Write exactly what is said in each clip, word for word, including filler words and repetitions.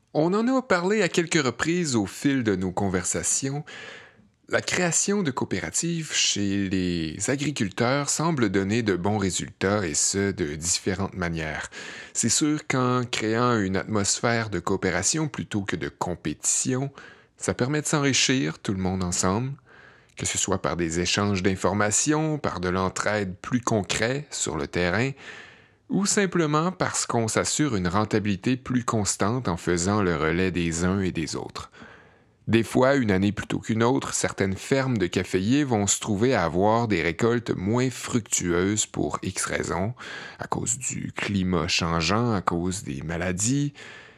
On en a parlé à quelques reprises au fil de nos conversations. La création de coopératives chez les agriculteurs semble donner de bons résultats et ce, de différentes manières. C'est sûr qu'en créant une atmosphère de coopération plutôt que de compétition, ça permet de s'enrichir tout le monde ensemble, que ce soit par des échanges d'informations, par de l'entraide plus concret sur le terrain, ou simplement parce qu'on s'assure une rentabilité plus constante en faisant le relais des uns et des autres. Des fois, une année plutôt qu'une autre, certaines fermes de caféiers vont se trouver à avoir des récoltes moins fructueuses pour X raisons, à cause du climat changeant, à cause des maladies.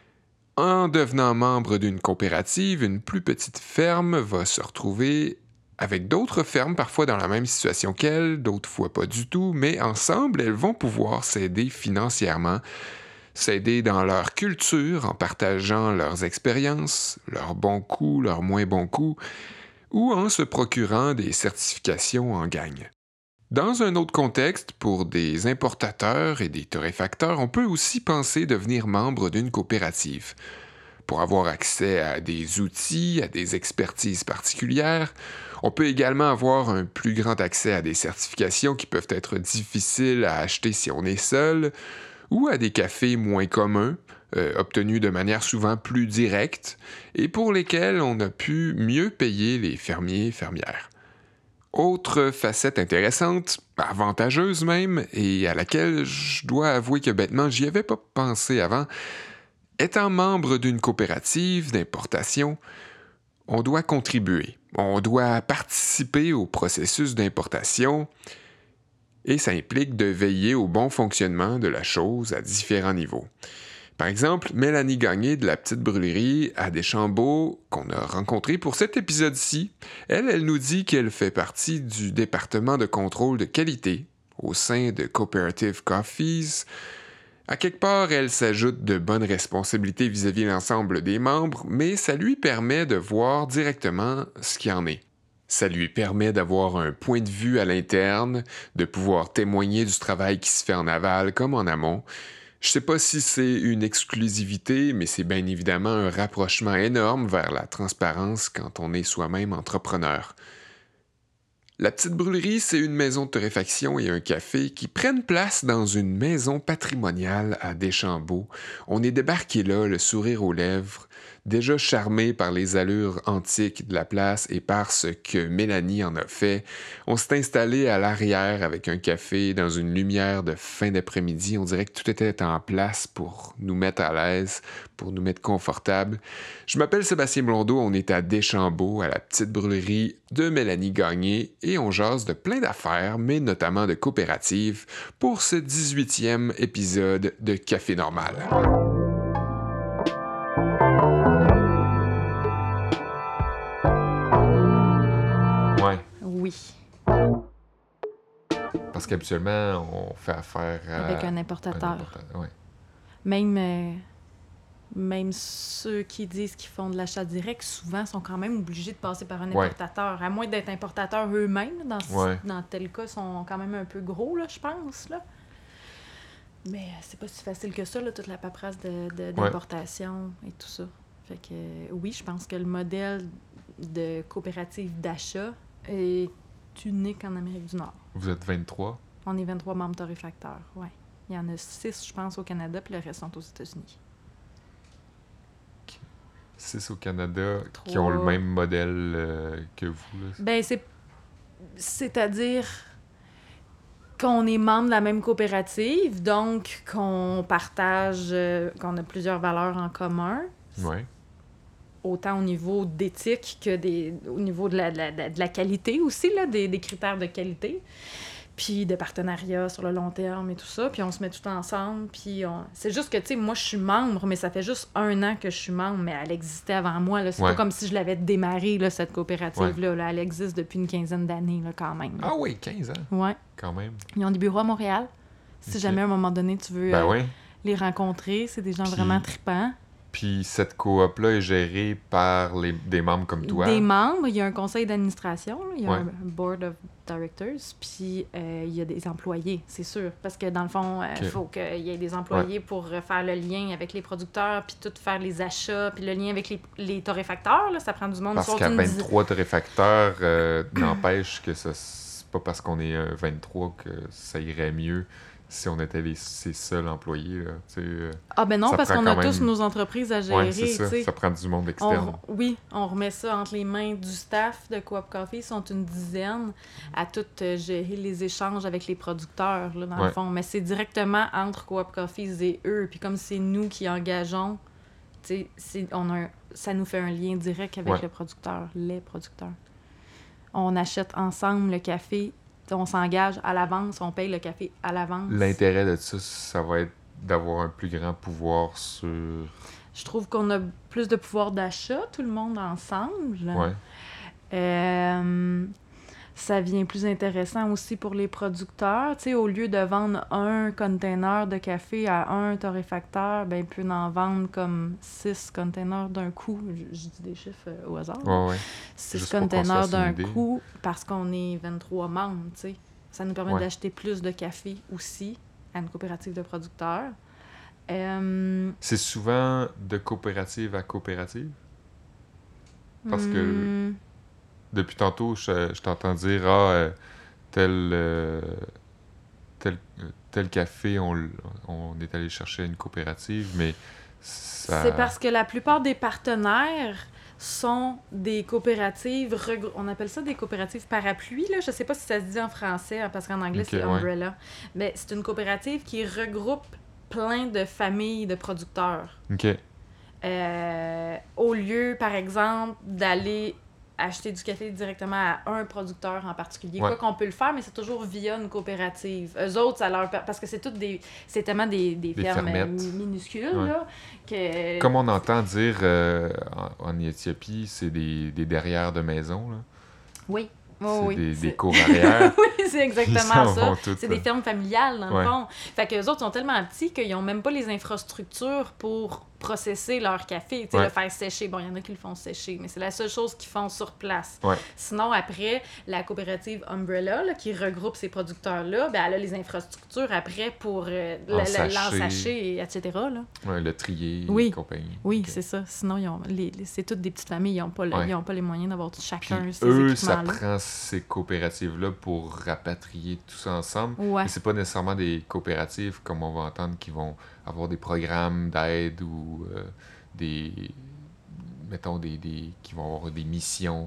En devenant membre d'une coopérative, une plus petite ferme va se retrouver avec d'autres fermes, parfois dans la même situation qu'elle, d'autres fois pas du tout, mais ensemble, elles vont pouvoir s'aider financièrement, s'aider dans leur culture en partageant leurs expériences, leurs bons coups, leurs moins bons coups, ou en se procurant des certifications en gagne. Dans un autre contexte, pour des importateurs et des torréfacteurs, on peut aussi penser devenir membre d'une coopérative. Pour avoir accès à des outils, à des expertises particulières, on peut également avoir un plus grand accès à des certifications qui peuvent être difficiles à acheter si on est seul, ou à des cafés moins communs, euh, obtenus de manière souvent plus directe, et pour lesquels on a pu mieux payer les fermiers et fermières. Autre facette intéressante, avantageuse même, et à laquelle je dois avouer que bêtement j'y avais pas pensé avant, étant membre d'une coopérative d'importation, on doit contribuer, on doit participer au processus d'importation, et ça implique de veiller au bon fonctionnement de la chose à différents niveaux. Par exemple, Mélanie Gagné de la Petite Brûlerie à Deschambault, qu'on a rencontrée pour cet épisode-ci, elle, elle nous dit qu'elle fait partie du département de contrôle de qualité au sein de Cooperative Coffees. À quelque part, elle s'ajoute de bonnes responsabilités vis-à-vis l'ensemble des membres, mais ça lui permet de voir directement ce qu'il en est. Ça lui permet d'avoir un point de vue à l'interne, de pouvoir témoigner du travail qui se fait en aval comme en amont. Je sais pas si c'est une exclusivité, mais c'est bien évidemment un rapprochement énorme vers la transparence quand on est soi-même entrepreneur. La Petite Brûlerie, c'est une maison de torréfaction et un café qui prennent place dans une maison patrimoniale à Deschambault. On est débarqué là, le sourire aux lèvres, déjà charmé par les allures antiques de la place et par ce que Mélanie en a fait. On s'est installé à l'arrière avec un café dans une lumière de fin d'après-midi. On dirait que tout était en place pour nous mettre à l'aise, pour nous mettre confortables. Je m'appelle Sébastien Blondeau, on est à Deschambault, à la Petite Brûlerie de Mélanie Gagné, et on jase de plein d'affaires, mais notamment de coopératives, pour ce dix-huitième épisode de Café Normal. Ouais. Oui. Parce qu'habituellement, on fait affaire à... Avec un importateur. Un importateur, ouais. Même, euh, même ceux qui disent qu'ils font de l'achat direct, souvent, sont quand même obligés de passer par un Ouais. importateur. À moins d'être importateurs eux-mêmes, dans, ce- Ouais. dans tel cas, sont quand même un peu gros, là, je pense. Là. Mais euh, c'est pas si facile que ça, là, toute la paperasse de, de- d'importation et tout ça. Fait que euh, oui, je pense que le modèle de coopérative d'achat est unique en Amérique du Nord. Vous êtes vingt-trois? On est vingt-trois membres torréfacteurs, ouais. Il y en a six, je pense, au Canada, puis le reste sont aux États-Unis. Six au Canada Trois. Qui ont le même modèle euh, que vous, là. Ben, c'est... C'est-à-dire qu'on est membre de la même coopérative, donc qu'on partage, euh, qu'on a plusieurs valeurs en commun, Ouais. autant au niveau d'éthique que des, au niveau de la, de la, de la qualité aussi, là, des, des critères de qualité, puis de partenariat sur le long terme et tout ça, puis on se met tout ensemble, puis on... c'est juste que, tu sais, moi, je suis membre, mais ça fait juste un an que je suis membre, mais elle existait avant moi, là. C'est Ouais. pas comme si je l'avais démarrée, là, cette coopérative-là, là. Elle existe depuis une quinzaine d'années, là, quand même. Là. Ah oui, quinze ans, Ouais. quand même. Ils ont des bureaux à Montréal. Si Ok. jamais, à un moment donné, tu veux Ben euh, oui. les rencontrer, c'est des gens Puis- vraiment tripants. Puis cette coop-là est gérée par les, des membres comme toi? Des membres, il y a un conseil d'administration, là, il y a Ouais. un board of directors, puis euh, il y a des employés, c'est sûr. Parce que dans le fond, il Ok. faut qu'il y ait des employés pour euh, faire le lien avec les producteurs, puis tout faire les achats, puis le lien avec les, les torréfacteurs, là, ça prend du monde. Parce Ils sont qu'à une dizaine. vingt-trois torréfacteurs, euh, n'empêche que ça, c'est pas parce qu'on est euh, vingt-trois que ça irait mieux si on était les, ces seuls employés. Là, tu sais, euh. Ah ben non, ça parce prend qu'on a quand tous même- nos entreprises à gérer, Ouais, c'est ça. tu sais. Ça prend du monde externe. On- oui, on remet ça entre les mains du staff de Coop Coffee. Ils sont une dizaine à tout euh, gérer les échanges avec les producteurs, là, dans Ouais. le fond. Mais c'est directement entre Coop Coffee et eux. Puis comme c'est nous qui engageons, tu sais, c'est- on a un- ça nous fait un lien direct avec Ouais. le producteur, les producteurs. On achète ensemble le café, on s'engage à l'avance, on paye le café à l'avance. L'intérêt de ça, ça va être d'avoir un plus grand pouvoir sur... Je trouve qu'on a plus de pouvoir d'achat, tout le monde ensemble. Ouais. Euh, ça devient plus intéressant aussi pour les producteurs. Tu sais, au lieu de vendre un container de café à un torréfacteur, ben, ils peuvent en vendre comme six containers d'un coup. Je, je dis des chiffres euh, au hasard. Ouais, ouais. Six Juste pour qu'on se containers fasse une d'un idée. coup parce qu'on est vingt-trois membres, tu sais. Ça nous permet Ouais. d'acheter plus de café aussi à une coopérative de producteurs. Euh, C'est souvent de coopérative à coopérative? Parce que- hmm, Depuis tantôt, je, je t'entends dire, ah, euh, tel, euh, tel, euh, tel café, on, l- on est allé chercher à une coopérative, mais ça... C'est parce que la plupart des partenaires sont des coopératives, regrou- on appelle ça des coopératives parapluies, là. Je sais pas si ça se dit en français, hein, parce qu'en anglais, Ok, c'est ouais. umbrella. Mais c'est une coopérative qui regroupe plein de familles de producteurs. OK. Euh, au lieu, par exemple, d'aller acheter du café directement à un producteur en particulier. Ouais. Quoi qu'on peut le faire, mais c'est toujours via une coopérative. Eux autres, ça leur... per- Parce que c'est toutes des... C'est tellement des, des, Des fermes euh, fermettes. mi- minuscules, Ouais. là, que... Comme on entend dire euh, en, en Éthiopie, c'est des, des derrières de maison, là. Oui. Oui, c'est oui. des, c'est- des cours arrière. oui, c'est Ils exactement s'en ça. vont toutes, C'est des euh. fermes familiales, dans Ouais. le fond. Fait qu'eux autres sont tellement petits qu'ils n'ont même pas les infrastructures pour processer leur café, tu sais, Ouais. le faire sécher. Bon, il y en a qui le font sécher, mais c'est la seule chose qu'ils font sur place. Ouais. Sinon, après, la coopérative Umbrella, là, qui regroupe ces producteurs-là, ben, elle a les infrastructures après pour euh, le- le- Ensacher. l'ensacher, et cetera. Là. Ouais, le trier Oui. et compagnie. Oui, Ok. c'est ça. Sinon, ils ont, les, les- c'est toutes des petites familles. Ils n'ont pas, le- Ouais. ils ont pas les moyens d'avoir Puis chacun ces eux, ça équipements-là. prend ces coopératives-là pour rapatrier tout ça ensemble. Ouais. Mais c'est pas nécessairement des coopératives, comme on va entendre, qui vont avoir des programmes d'aide ou euh, des... mettons, des, des... qui vont avoir des missions.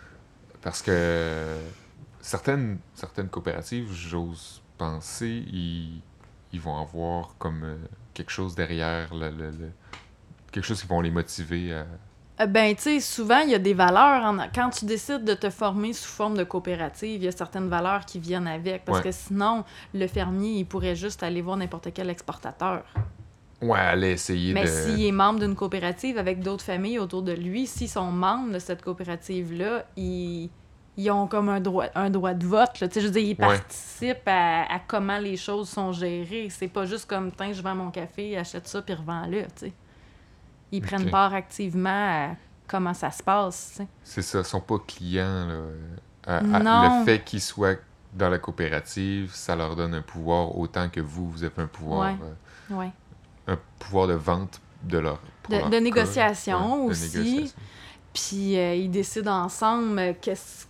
Parce que certaines, certaines coopératives, j'ose penser, ils, ils vont avoir comme euh, quelque chose derrière, le, le- le- quelque chose qui vont les motiver à... Euh, Ben, tu sais, souvent, il y a des valeurs. en- Quand tu décides de te former sous forme de coopérative, il y a certaines valeurs qui viennent avec. Parce Ouais. que sinon, le fermier, il pourrait juste aller voir n'importe quel exportateur. Ouais, aller essayer Mais de... s'il est membre d'une coopérative avec d'autres familles autour de lui, s'ils sont membres de cette coopérative-là, ils, ils ont comme un droit, un droit de vote. Là. Tu sais, je veux dire, ils Ouais. participent à, à comment les choses sont gérées. C'est pas juste comme, tiens, je vends mon café, achète ça, puis revends-le, tu sais. Ils prennent Ok. part activement à comment ça se passe, tu sais. C'est ça, ils sont pas clients. Là. À- à- Non. le fait qu'ils soient dans la coopérative, ça leur donne un pouvoir autant que vous, vous avez un pouvoir, Ouais. euh, Ouais. un pouvoir de vente de leur pour De- leur de cas. négociation Ouais, de aussi. négociation. Puis euh, ils décident ensemble euh, qu'est-ce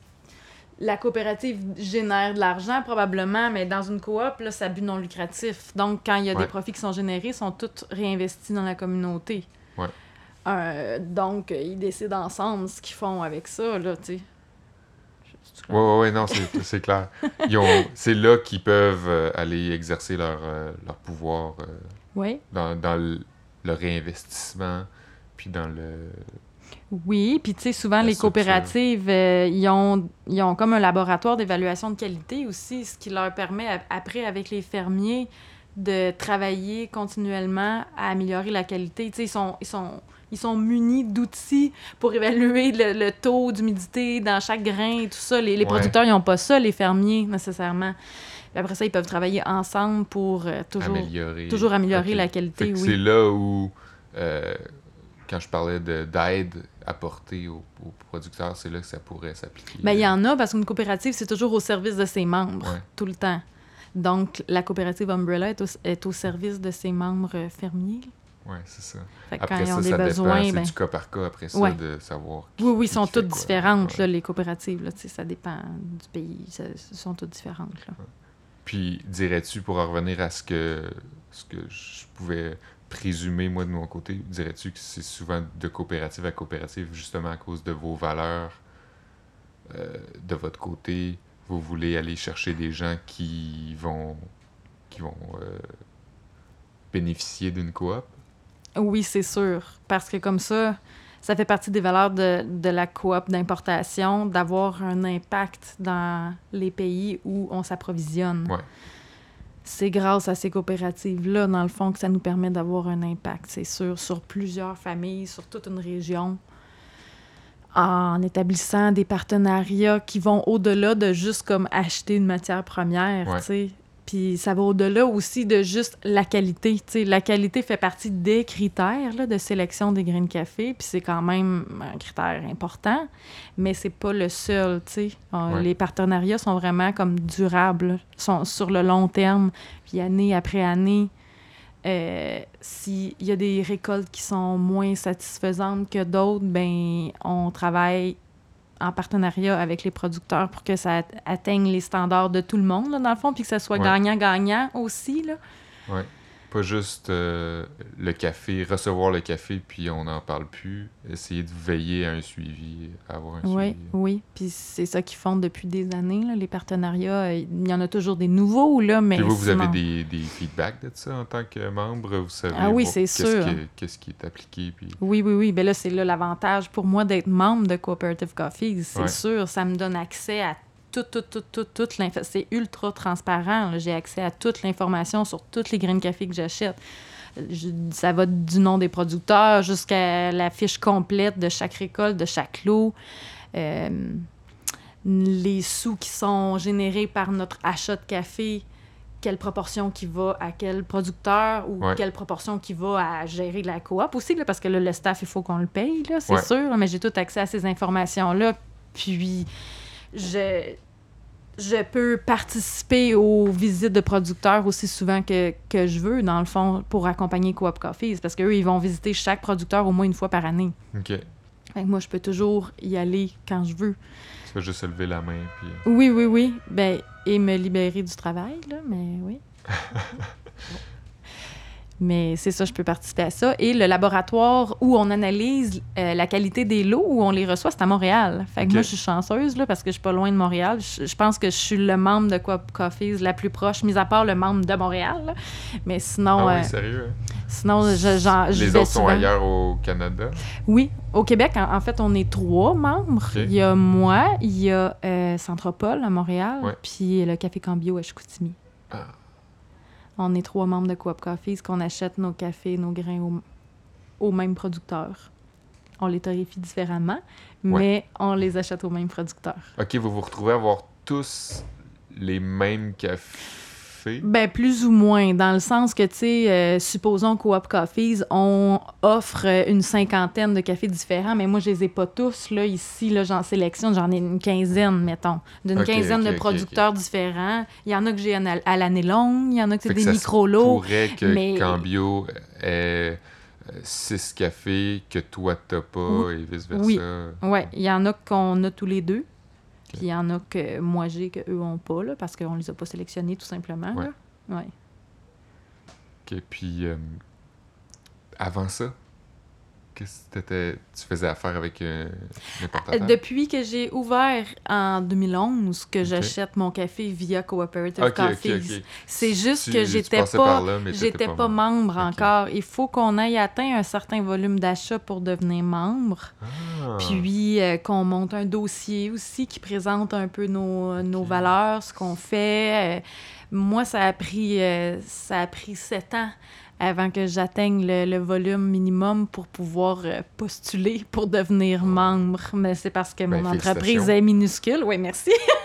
la coopérative génère de l'argent probablement, mais dans une coop, là, c'est à but non lucratif. Donc, quand il y a Ouais. des profits qui sont générés, ils sont tous réinvestis dans la communauté. Ouais. Euh, donc, euh, ils décident ensemble ce qu'ils font avec ça, là, tu sais. Je- Ouais, ouais, ouais, non, c'est, c'est clair. Ils ont, c'est là qu'ils peuvent euh, aller exercer leur, euh, leur pouvoir euh, Oui. dans, dans le, le réinvestissement, puis dans le... Oui, puis tu sais, souvent, La les structure. coopératives, euh, ils, ont, ils ont comme un laboratoire d'évaluation de qualité aussi, ce qui leur permet, a- après, avec les fermiers, de travailler continuellement à améliorer la qualité. Tu sais, ils sont, ils sont, ils sont munis d'outils pour évaluer le, le taux d'humidité dans chaque grain et tout ça. Les, les Ouais. producteurs, ils n'ont pas ça, les fermiers, nécessairement. Puis après ça, ils peuvent travailler ensemble pour euh, toujours, améliorer. toujours améliorer Ok. la Fait qualité, que oui. c'est là où, euh, quand je parlais de, d'aide apportée aux, aux producteurs, c'est là que ça pourrait s'appliquer. Ben, il y en a, parce qu'une coopérative, c'est toujours au service de ses membres, Ouais. tout le temps. Donc, la coopérative Umbrella est au, est au service de ses membres euh, fermiers. Oui, c'est ça. Fait que Après quand ils ça, ont des ça besoins, dépend, c'est ben... du cas par cas après ça, Ouais. de savoir qui, Oui, oui, qui sont fait toutes quoi. différentes, Ouais. là, les coopératives. Là, ça dépend du pays. Ça, sont toutes différentes. Là. Puis, dirais-tu, pour en revenir à ce que, ce que je pouvais présumer, moi, de mon côté, dirais-tu que c'est souvent de coopérative à coopérative, justement à cause de vos valeurs, euh, de votre côté, vous voulez aller chercher des gens qui vont, qui vont euh, bénéficier d'une coop? Oui, c'est sûr. Parce que comme ça, ça fait partie des valeurs de, de la coop d'importation, d'avoir un impact dans les pays où on s'approvisionne. Ouais. C'est grâce à ces coopératives-là, dans le fond, que ça nous permet d'avoir un impact, c'est sûr, sur plusieurs familles, sur toute une région, en établissant des partenariats qui vont au-delà de juste comme acheter une matière première, Ouais. tu sais. Puis ça va au-delà aussi de juste la qualité, tu sais. La qualité fait partie des critères là, de sélection des grains de café, puis c'est quand même un critère important, mais c'est pas le seul, tu sais. Euh, Ouais. Les partenariats sont vraiment comme durables, sont sur le long terme, puis année après année. Euh, s'il y a des récoltes qui sont moins satisfaisantes que d'autres, ben on travaille en partenariat avec les producteurs pour que ça atteigne les standards de tout le monde, là, dans le fond, puis que ça soit Ouais. gagnant-gagnant aussi, là. Ouais. Pas juste euh, le café, recevoir le café, puis on n'en parle plus. Essayer de veiller à un suivi, à avoir un Oui, suivi. oui. Puis c'est ça qu'ils font depuis des années, là, les partenariats. Il y en a toujours des nouveaux, là, mais Puis vous, vous sinon... avez des, des feedbacks de ça en tant que membre? Vous savez Ah oui, voir c'est qu'est-ce sûr. qui est- qu'est-ce qui est appliqué? Puis... Oui, oui, oui. Ben là, c'est là l'avantage pour moi d'être membre de Cooperative Coffees. C'est Ouais. sûr, ça me donne accès à tout, tout, tout, tout, toute l'info. C'est ultra transparent, là. J'ai accès à toute l'information sur toutes les grains de café que j'achète. Je- ça va du nom des producteurs jusqu'à la fiche complète de chaque récolte, de chaque lot. Euh, les sous qui sont générés par notre achat de café, quelle proportion qui va à quel producteur ou Ouais. quelle proportion qui va à gérer la coop aussi, là, parce que là, le staff, il faut qu'on le paye, là, c'est Ouais. sûr, mais j'ai tout accès à ces informations-là. Puis, je, je peux participer aux visites de producteurs aussi souvent que, que je veux, dans le fond, pour accompagner Coop Coffees, parce qu'eux, ils vont visiter chaque producteur au moins une fois par année. OK. Fait que moi, je peux toujours y aller quand je veux. Tu vas juste lever la main, puis... Oui, oui, oui. Ben, et me libérer du travail, là, mais oui. Mais c'est ça, je peux participer à ça. Et le laboratoire où on analyse euh, la qualité des lots, où on les reçoit, c'est à Montréal. Fait que Ok. moi, je suis chanceuse, là, parce que je suis pas loin de Montréal. Je, je pense que je suis le membre de Coop Coffees la plus proche, mis à part le membre de Montréal, là. Mais sinon, Ah euh, oui, sérieux? Hein? sinon je, j'en- j'y Les vais autres sont souvent. ailleurs au Canada? Oui, au Québec, en, en fait, on est trois membres. Ok. Il y a moi, il y a euh, Centropole à Montréal, Ouais. puis le Café Cambio à Chicoutimi. Ah. On est trois membres de Coop Coffees qu'on achète nos cafés, nos grains au, au même producteur. On les torréfie différemment, mais on les achète au même producteur. OK, vous vous retrouvez à avoir tous les mêmes cafés? Ben, plus ou moins, dans le sens que, tu sais, euh, supposons Coop Coffees, on offre euh, une cinquantaine de cafés différents, mais moi, je les ai pas tous, là, ici, là, j'en sélectionne, j'en ai une quinzaine, mettons, d'une Ok, quinzaine ok, de ok, producteurs différents. Il y en a que j'ai à, à l'année longue, il y en a que c'est Fait que des ça se micro-lots. pourrait que mais- Cambio ait euh, six cafés que toi, t'as pas, Oui. et vice-versa. Oui. Ouais, il y en a qu'on a tous les deux, puis il y en a que moi j'ai, qu'eux ont pas, là, parce qu'on les a pas sélectionnés, tout simplement, Ouais. là. Ouais. OK, puis euh, avant ça, qu'est-ce que t'étais- tu faisais affaire avec euh, un importateur? Depuis que j'ai ouvert en deux mille onze, que Ok. j'achète mon café via Cooperative OK, OK, Coffees. OK. C'est juste Tu- que tu j'étais passais pas, par là, mais t'étais j'étais pas pas membre Ok. encore. Il faut qu'on ait atteint un certain volume d'achat pour devenir membre. Ah. Puis euh, qu'on monte un dossier aussi qui présente un peu nos, nos Ok. valeurs, ce qu'on fait. Euh, moi, ça a pris euh, ça a pris sept ans avant que j'atteigne le, le volume minimum pour pouvoir euh, postuler pour devenir membre. Mais c'est parce que Ben, mon entreprise félicitations. est minuscule. Oui, merci.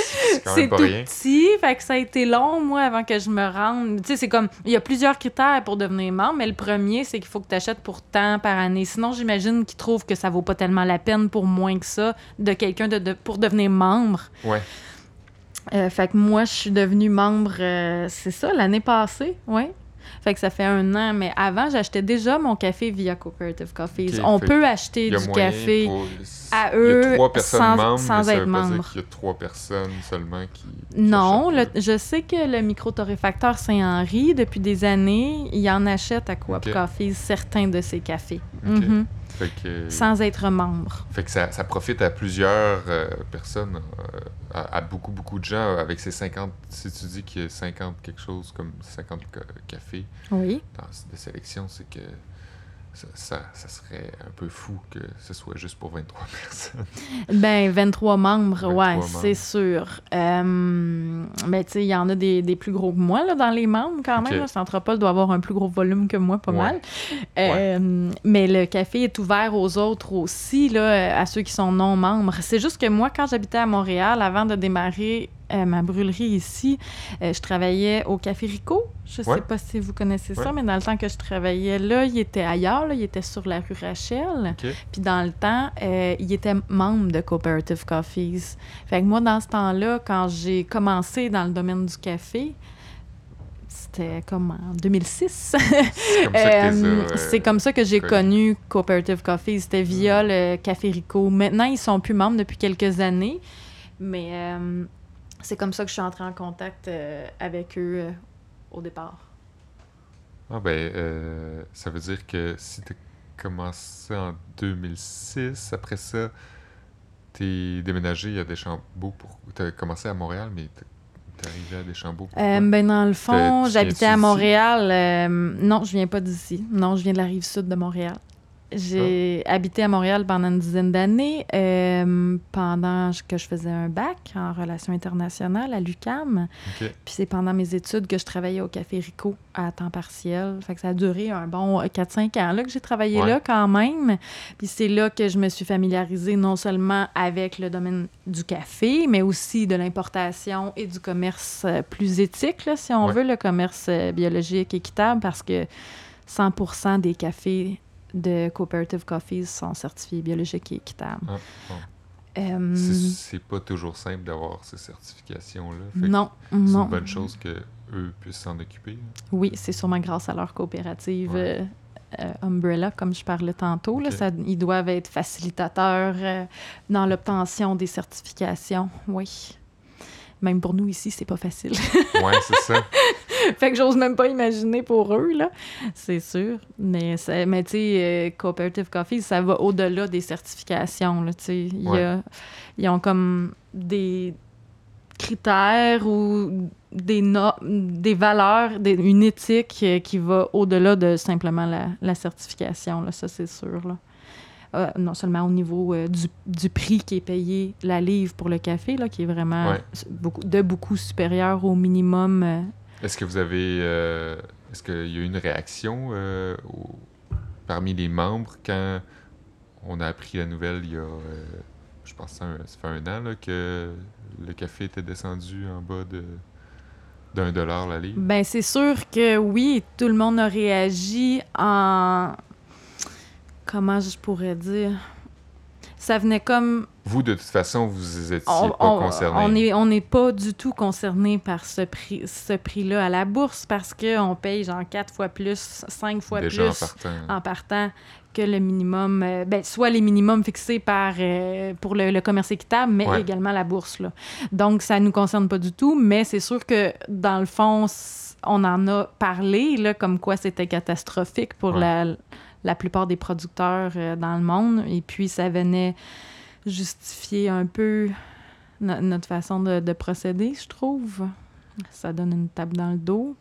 c'est quand même C'est pas tout rien. petit, fait que ça a été long, moi, avant que je me rende. Tu sais, c'est comme, il y a plusieurs critères pour devenir membre, mais le premier, c'est qu'il faut que tu achètes pour tant par année. Sinon, j'imagine qu'ils trouvent que ça vaut pas tellement la peine pour moins que ça de quelqu'un de, de- pour devenir membre. Ouais. Euh, fait que moi, je suis devenue membre, euh, c'est ça, l'année passée, ouais. Fait que ça fait un an, mais avant, j'achetais déjà mon café via Cooperative Coffees. Ok, On fait peut acheter Il y a du moyen café pour... à Il y eux a trois personnes sans, membres, sans mais ça être veut pas dire membre. qu'il y a trois personnes seulement qui... qui Non, achètent, le- je sais que le micro-torréfacteur Saint-Henri, depuis des années, il en achète à Coop Ok. Coffees certains de ses cafés. Ok. Mhm. Fait que, Sans être membre. fait que ça, ça profite à plusieurs euh, personnes, euh, à, à beaucoup, beaucoup de gens, avec ces cinquante... Si tu dis qu'il y a cinquante quelque chose, comme cinquante ca- cafés Oui. dans de sélection, c'est que ça, ça, ça serait un peu fou que ce soit juste pour vingt-trois personnes. Ben, vingt-trois membres, vingt-trois ouais, membres. c'est sûr. Euh, ben, tu sais, il y en a des, des plus gros que moi, là, dans les membres, quand même. Ok. là. Centropole doit avoir un plus gros volume que moi, pas Ouais. mal. Euh, Mais le café est ouvert aux autres aussi, là, à ceux qui sont non membres. C'est juste que moi, quand j'habitais à Montréal, avant de démarrer euh, ma brûlerie ici, euh, je travaillais au Café Rico. Je Ouais. sais pas si vous connaissez ça, Ouais. mais dans le temps que je travaillais là, il était ailleurs, là, il était sur la rue Rachel. OK. Puis dans le temps, euh, il était membre de Cooperative Coffees. Fait que moi, dans ce temps-là, quand j'ai commencé dans le domaine du café, c'était comme en deux mille six. C'est comme ça que t'es Euh, ça, euh, c'est comme ça que j'ai connu. connu Cooperative Coffees. C'était via le Café Rico. Maintenant, ils sont plus membres depuis quelques années, mais euh, c'est comme ça que je suis entrée en contact euh, avec eux euh, au départ. Ah ben, euh, ça veut dire que si t'as commencé en deux mille six, après ça, t'es déménagé à Deschambault pour... T'as commencé à Montréal, mais t'es t'es arrivé à Deschambault pourquoi? Euh, ben dans le fond, T'es- tu j'habitais viens-tu à d'ici? Montréal. euh, non, je viens pas d'ici. Non, je viens de la rive sud de Montréal. J'ai habité à Montréal pendant une dizaine d'années, euh, pendant que je faisais un bac en relations internationales à l'U Q A M. OK. Puis c'est pendant mes études que je travaillais au Café Rico à temps partiel. Fait que ça a duré un bon quatre cinq ans là, que j'ai travaillé Ouais. là quand même. Puis c'est là que je me suis familiarisée non seulement avec le domaine du café, mais aussi de l'importation et du commerce euh, plus éthique, là, si on Ouais. veut, le commerce euh, biologique équitable, parce que cent pour cent des cafés de Cooperative Coffees sont certifiés biologiques et équitables. Ah, bon. Euh, C'est c'est pas toujours simple d'avoir ces certifications-là. Fait que non, c'est non. une bonne chose qu'eux puissent s'en occuper. Oui, c'est sûrement grâce à leur coopérative Ouais. euh, euh, Umbrella, comme je parlais tantôt. Là, Ok. ça, ils doivent être facilitateurs euh, dans l'obtention des certifications. Oui. Même pour nous ici, c'est pas facile. Ouais, c'est ça. Fait que j'ose même pas imaginer pour eux, là. C'est sûr. Mais, ça- mais tu sais, euh, Cooperative Coffee, ça va au-delà des certifications, là, tu sais. Il y a- Ils ont comme des critères ou des, no- des valeurs, des- une éthique euh, qui va au-delà de simplement la, la certification, là, ça, c'est sûr, là. Euh, non seulement au niveau euh, du, du prix qui est payé la livre pour le café, là, qui est vraiment Ouais. s- beaucoup, de beaucoup supérieur au minimum. euh, Est-ce que vous avez... euh, Est-ce qu'il y a eu une réaction euh, au- parmi les membres quand on a appris la nouvelle il y a... euh, je pense que ça, un- ça fait un an là, que le café était descendu en bas de d'un dollar la livre? Ben, c'est sûr que oui, tout le monde a réagi en... Comment je pourrais dire? Ça venait comme... Vous, de toute façon, vous étiez On pas on- concerné. on est, on n'est pas du tout concerné par ce prix, ce prix-là à la bourse parce qu'on paye genre quatre fois plus, cinq fois Déjà en plus partant. en partant que le minimum, euh, ben, soit les minimums fixés par, euh, pour le, le commerce équitable, mais Ouais. également la bourse, là. Donc, ça ne nous concerne pas du tout, mais c'est sûr que, dans le fond, c- on en a parlé, là, comme quoi c'était catastrophique pour Ouais. la, la plupart des producteurs euh, dans le monde, et puis ça venait justifier un peu no- notre façon de, de procéder, je trouve. Ça donne une tape dans le dos,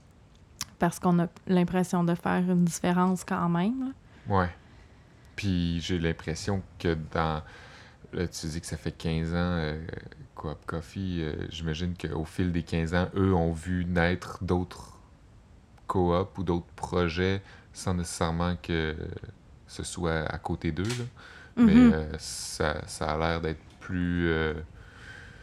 parce qu'on a l'impression de faire une différence quand même, là. Ouais. Puis j'ai l'impression que dans... Là, tu dis que ça fait quinze ans, euh, Coop Coffee, euh, j'imagine qu'au fil des quinze ans, eux ont vu naître d'autres coops ou d'autres projets sans nécessairement que ce soit à côté d'eux, là. Mhm. Mais euh, ça, ça a l'air d'être plus, euh,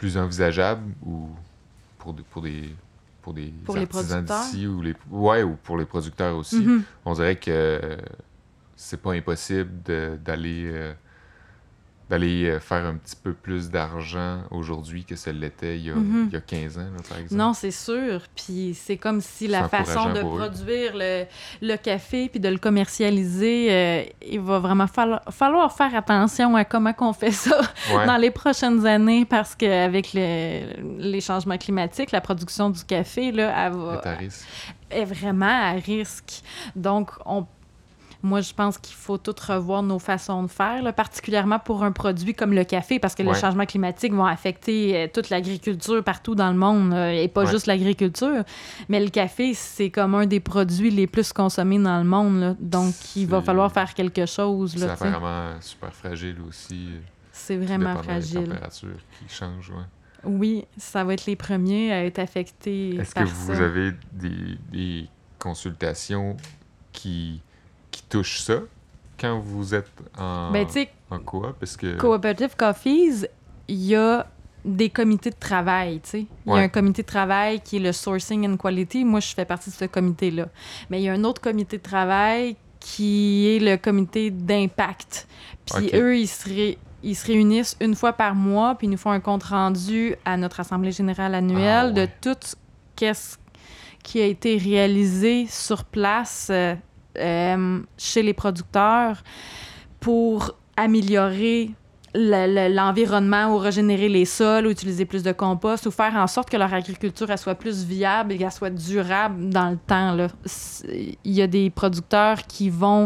plus envisageable ou pour, de, pour des, pour des Pour les artisans producteurs? d'ici ou les ouais ou pour les producteurs aussi. Mhm. On dirait que euh, c'est pas impossible de, d'aller euh, d'aller euh, faire un petit peu plus d'argent aujourd'hui que ça l'était il y a, Mhm. il y a quinze ans, là, par exemple. Non, c'est sûr. Puis c'est comme si C'est la façon encourageant de pour eux. produire le, le café puis de le commercialiser, euh, il va vraiment falloir, falloir faire attention à comment on fait ça Ouais. dans les prochaines années parce qu'avec le, les changements climatiques, la production du café, là, elle va, est à risque. est vraiment à risque. Donc, on Moi, je pense qu'il faut tout revoir nos façons de faire, là, particulièrement pour un produit comme le café, parce que Ouais. les changements climatiques vont affecter euh, toute l'agriculture partout dans le monde, euh, et pas Ouais. juste l'agriculture. Mais le café, c'est comme un des produits les plus consommés dans le monde, là. Donc, il va C'est- falloir faire quelque chose. C'est Là, tu sais. apparemment super fragile aussi. C'est tout vraiment dépendant des fragile. températures qui changent, ouais. Oui, ça va être les premiers à être affectés Est-ce que par vous ça. avez des, des consultations qui, qui touchent ça quand vous êtes en, Ben, tu sais, en coop? Parce que... Cooperative Coffees, il y a des comités de travail, tu sais. Il y a Ouais. un comité de travail qui est le Sourcing and Quality. Moi, je fais partie de ce comité-là. Mais il y a un autre comité de travail qui est le comité d'impact. Puis Ok. eux, ils se, ré- ils se réunissent une fois par mois, puis ils nous font un compte-rendu à notre Assemblée générale annuelle Ah, de ouais. tout ce qui a été réalisé sur place euh, euh, chez les producteurs pour améliorer le- le- l'environnement ou régénérer les sols ou utiliser plus de compost ou faire en sorte que leur agriculture elle soit plus viable et qu'elle soit durable dans le temps. Là. C'est- Il y a des producteurs qui vont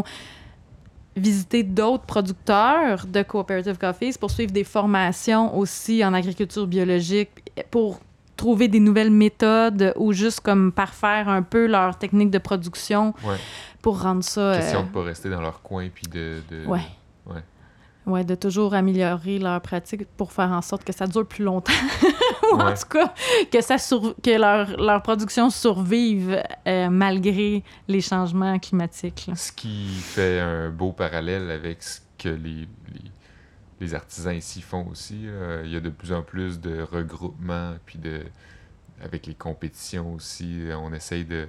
visiter d'autres producteurs de Cooperative Coffees pour suivre des formations aussi en agriculture biologique pour trouver des nouvelles méthodes ou juste comme parfaire un peu leur technique de production Ouais. pour rendre ça... Question euh, de pas rester dans leur coin puis de... de... Ouais. Ouais. Ouais, de toujours améliorer leur pratique pour faire en sorte que ça dure plus longtemps. Ou en Ouais. tout cas, que, ça sur- que leur, leur production survive euh, malgré les changements climatiques. Là. Ce qui fait un beau parallèle avec ce que les, les, les artisans ici font aussi. Là. Il y a de plus en plus de regroupements, puis de avec les compétitions aussi, on essaye de...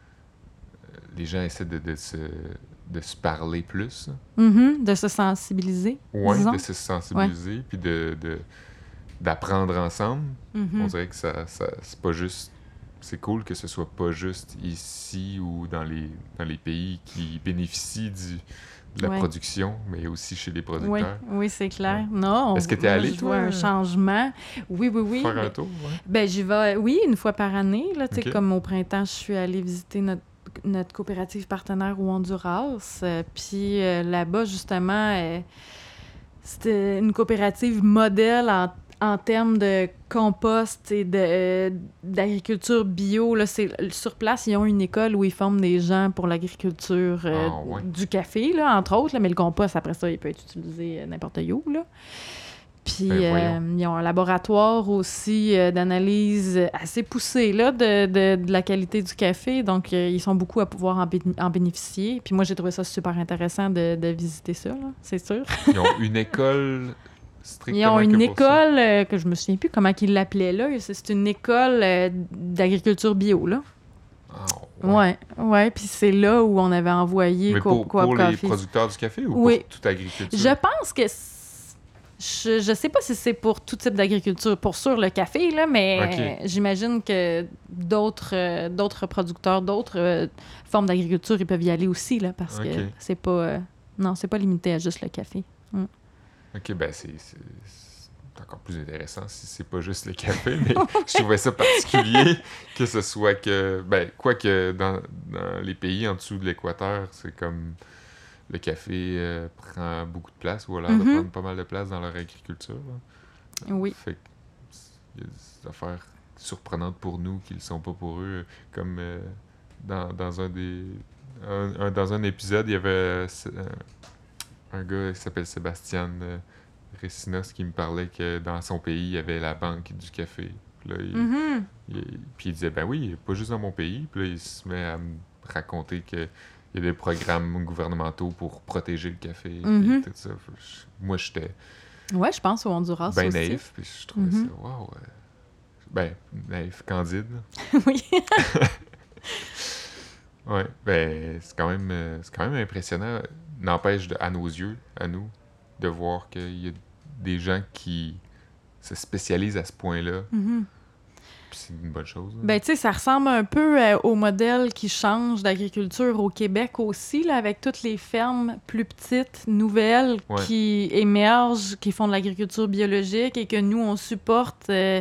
Les gens essaient de, de, se, de se parler plus. Mhm, de se sensibiliser, Ouais, disons. de se sensibiliser, puis de, de, d'apprendre ensemble. Mhm. On dirait que ça, ça c'est pas juste... C'est cool que ce soit pas juste ici ou dans les, dans les pays qui bénéficient du, de la Ouais. production, mais aussi chez les Oui, producteurs. oui, c'est clair. Non, on- Est-ce que t'es moi, allé, je toi? vois un changement. Oui, oui, oui. Faire mais- un tour, ouais. Ben, j'y vais, oui, une fois par année. Là, tu sais, Ok. comme au printemps, je suis allée visiter notre, notre coopérative partenaire au Honduras. Euh, puis euh, là-bas, justement, euh, c'était une coopérative modèle en, en termes de compost et de, euh, d'agriculture bio. Là, c'est, sur place, ils ont une école où ils forment des gens pour l'agriculture euh, Ah, ouais. du café, là, entre autres. Là, mais le compost, après ça, il peut être utilisé euh, n'importe où. Là. Puis, Ben, voyons. euh, ils ont un laboratoire aussi euh, d'analyse assez poussé là, de, de, de la qualité du café. Donc, euh, ils sont beaucoup à pouvoir en, bé- en bénéficier. Puis moi, j'ai trouvé ça super intéressant de, de visiter ça, là, c'est sûr. Ils ont une école strictement Ils ont une que pour ça. école euh, que je me souviens plus comment ils l'appelaient là. C'est c'est une école euh, d'agriculture bio, là. Ah, Ouais, ouais. Puis c'est là où on avait envoyé Mais Co- pour, Coop pour les Coffee. producteurs du café ou Oui. pour toute agriculture? Je pense que... c'est- Je, je sais pas si c'est pour tout type d'agriculture. Pour sûr, le café, là, mais Ok. euh, j'imagine que d'autres euh, d'autres producteurs, d'autres euh, formes d'agriculture, ils peuvent y aller aussi, là, parce Ok. que c'est pas... euh, non, c'est pas limité à juste le café. OK, ben c'est, c'est, c'est encore plus intéressant si c'est pas juste le café, mais je trouvais ça particulier que ce soit que... Ben, quoique dans, dans les pays en dessous de l'équateur, c'est comme... Le café euh, prend beaucoup de place, ou a l'air de Mhm. prendre pas mal de place dans leur agriculture. Là. Oui. Fait qu'il y a des affaires surprenantes pour nous qui ne le sont pas pour eux. Comme euh, dans, dans un des... un- un- dans un épisode, il y avait euh, c'est, euh, un gars qui s'appelle Sébastien euh, Récinos qui me parlait que dans son pays, il y avait la banque du café. Puis là, il, Mhm. il- puis il disait, ben oui, pas juste dans mon pays. Puis là, il se met à me raconter que il y a des programmes gouvernementaux pour protéger le café Mhm. et tout ça. Je- moi, j'étais... Ouais, je pense au Honduras Ben aussi. naïf, puis je trouvais Mhm. ça, wow. euh, Ben, naïf, candide. Oui. Ouais, ben, c'est quand même, euh, c'est quand même impressionnant. N'empêche, de, à nos yeux, à nous, de voir qu'il y a des gens qui se spécialisent à ce point-là. Mhm. Puis c'est une bonne chose. Là. Ben, tu sais, ça ressemble un peu euh, au modèle qui change d'agriculture au Québec aussi, là, avec toutes les fermes plus petites, nouvelles, Ouais. qui émergent, qui font de l'agriculture biologique et que nous, on supporte euh,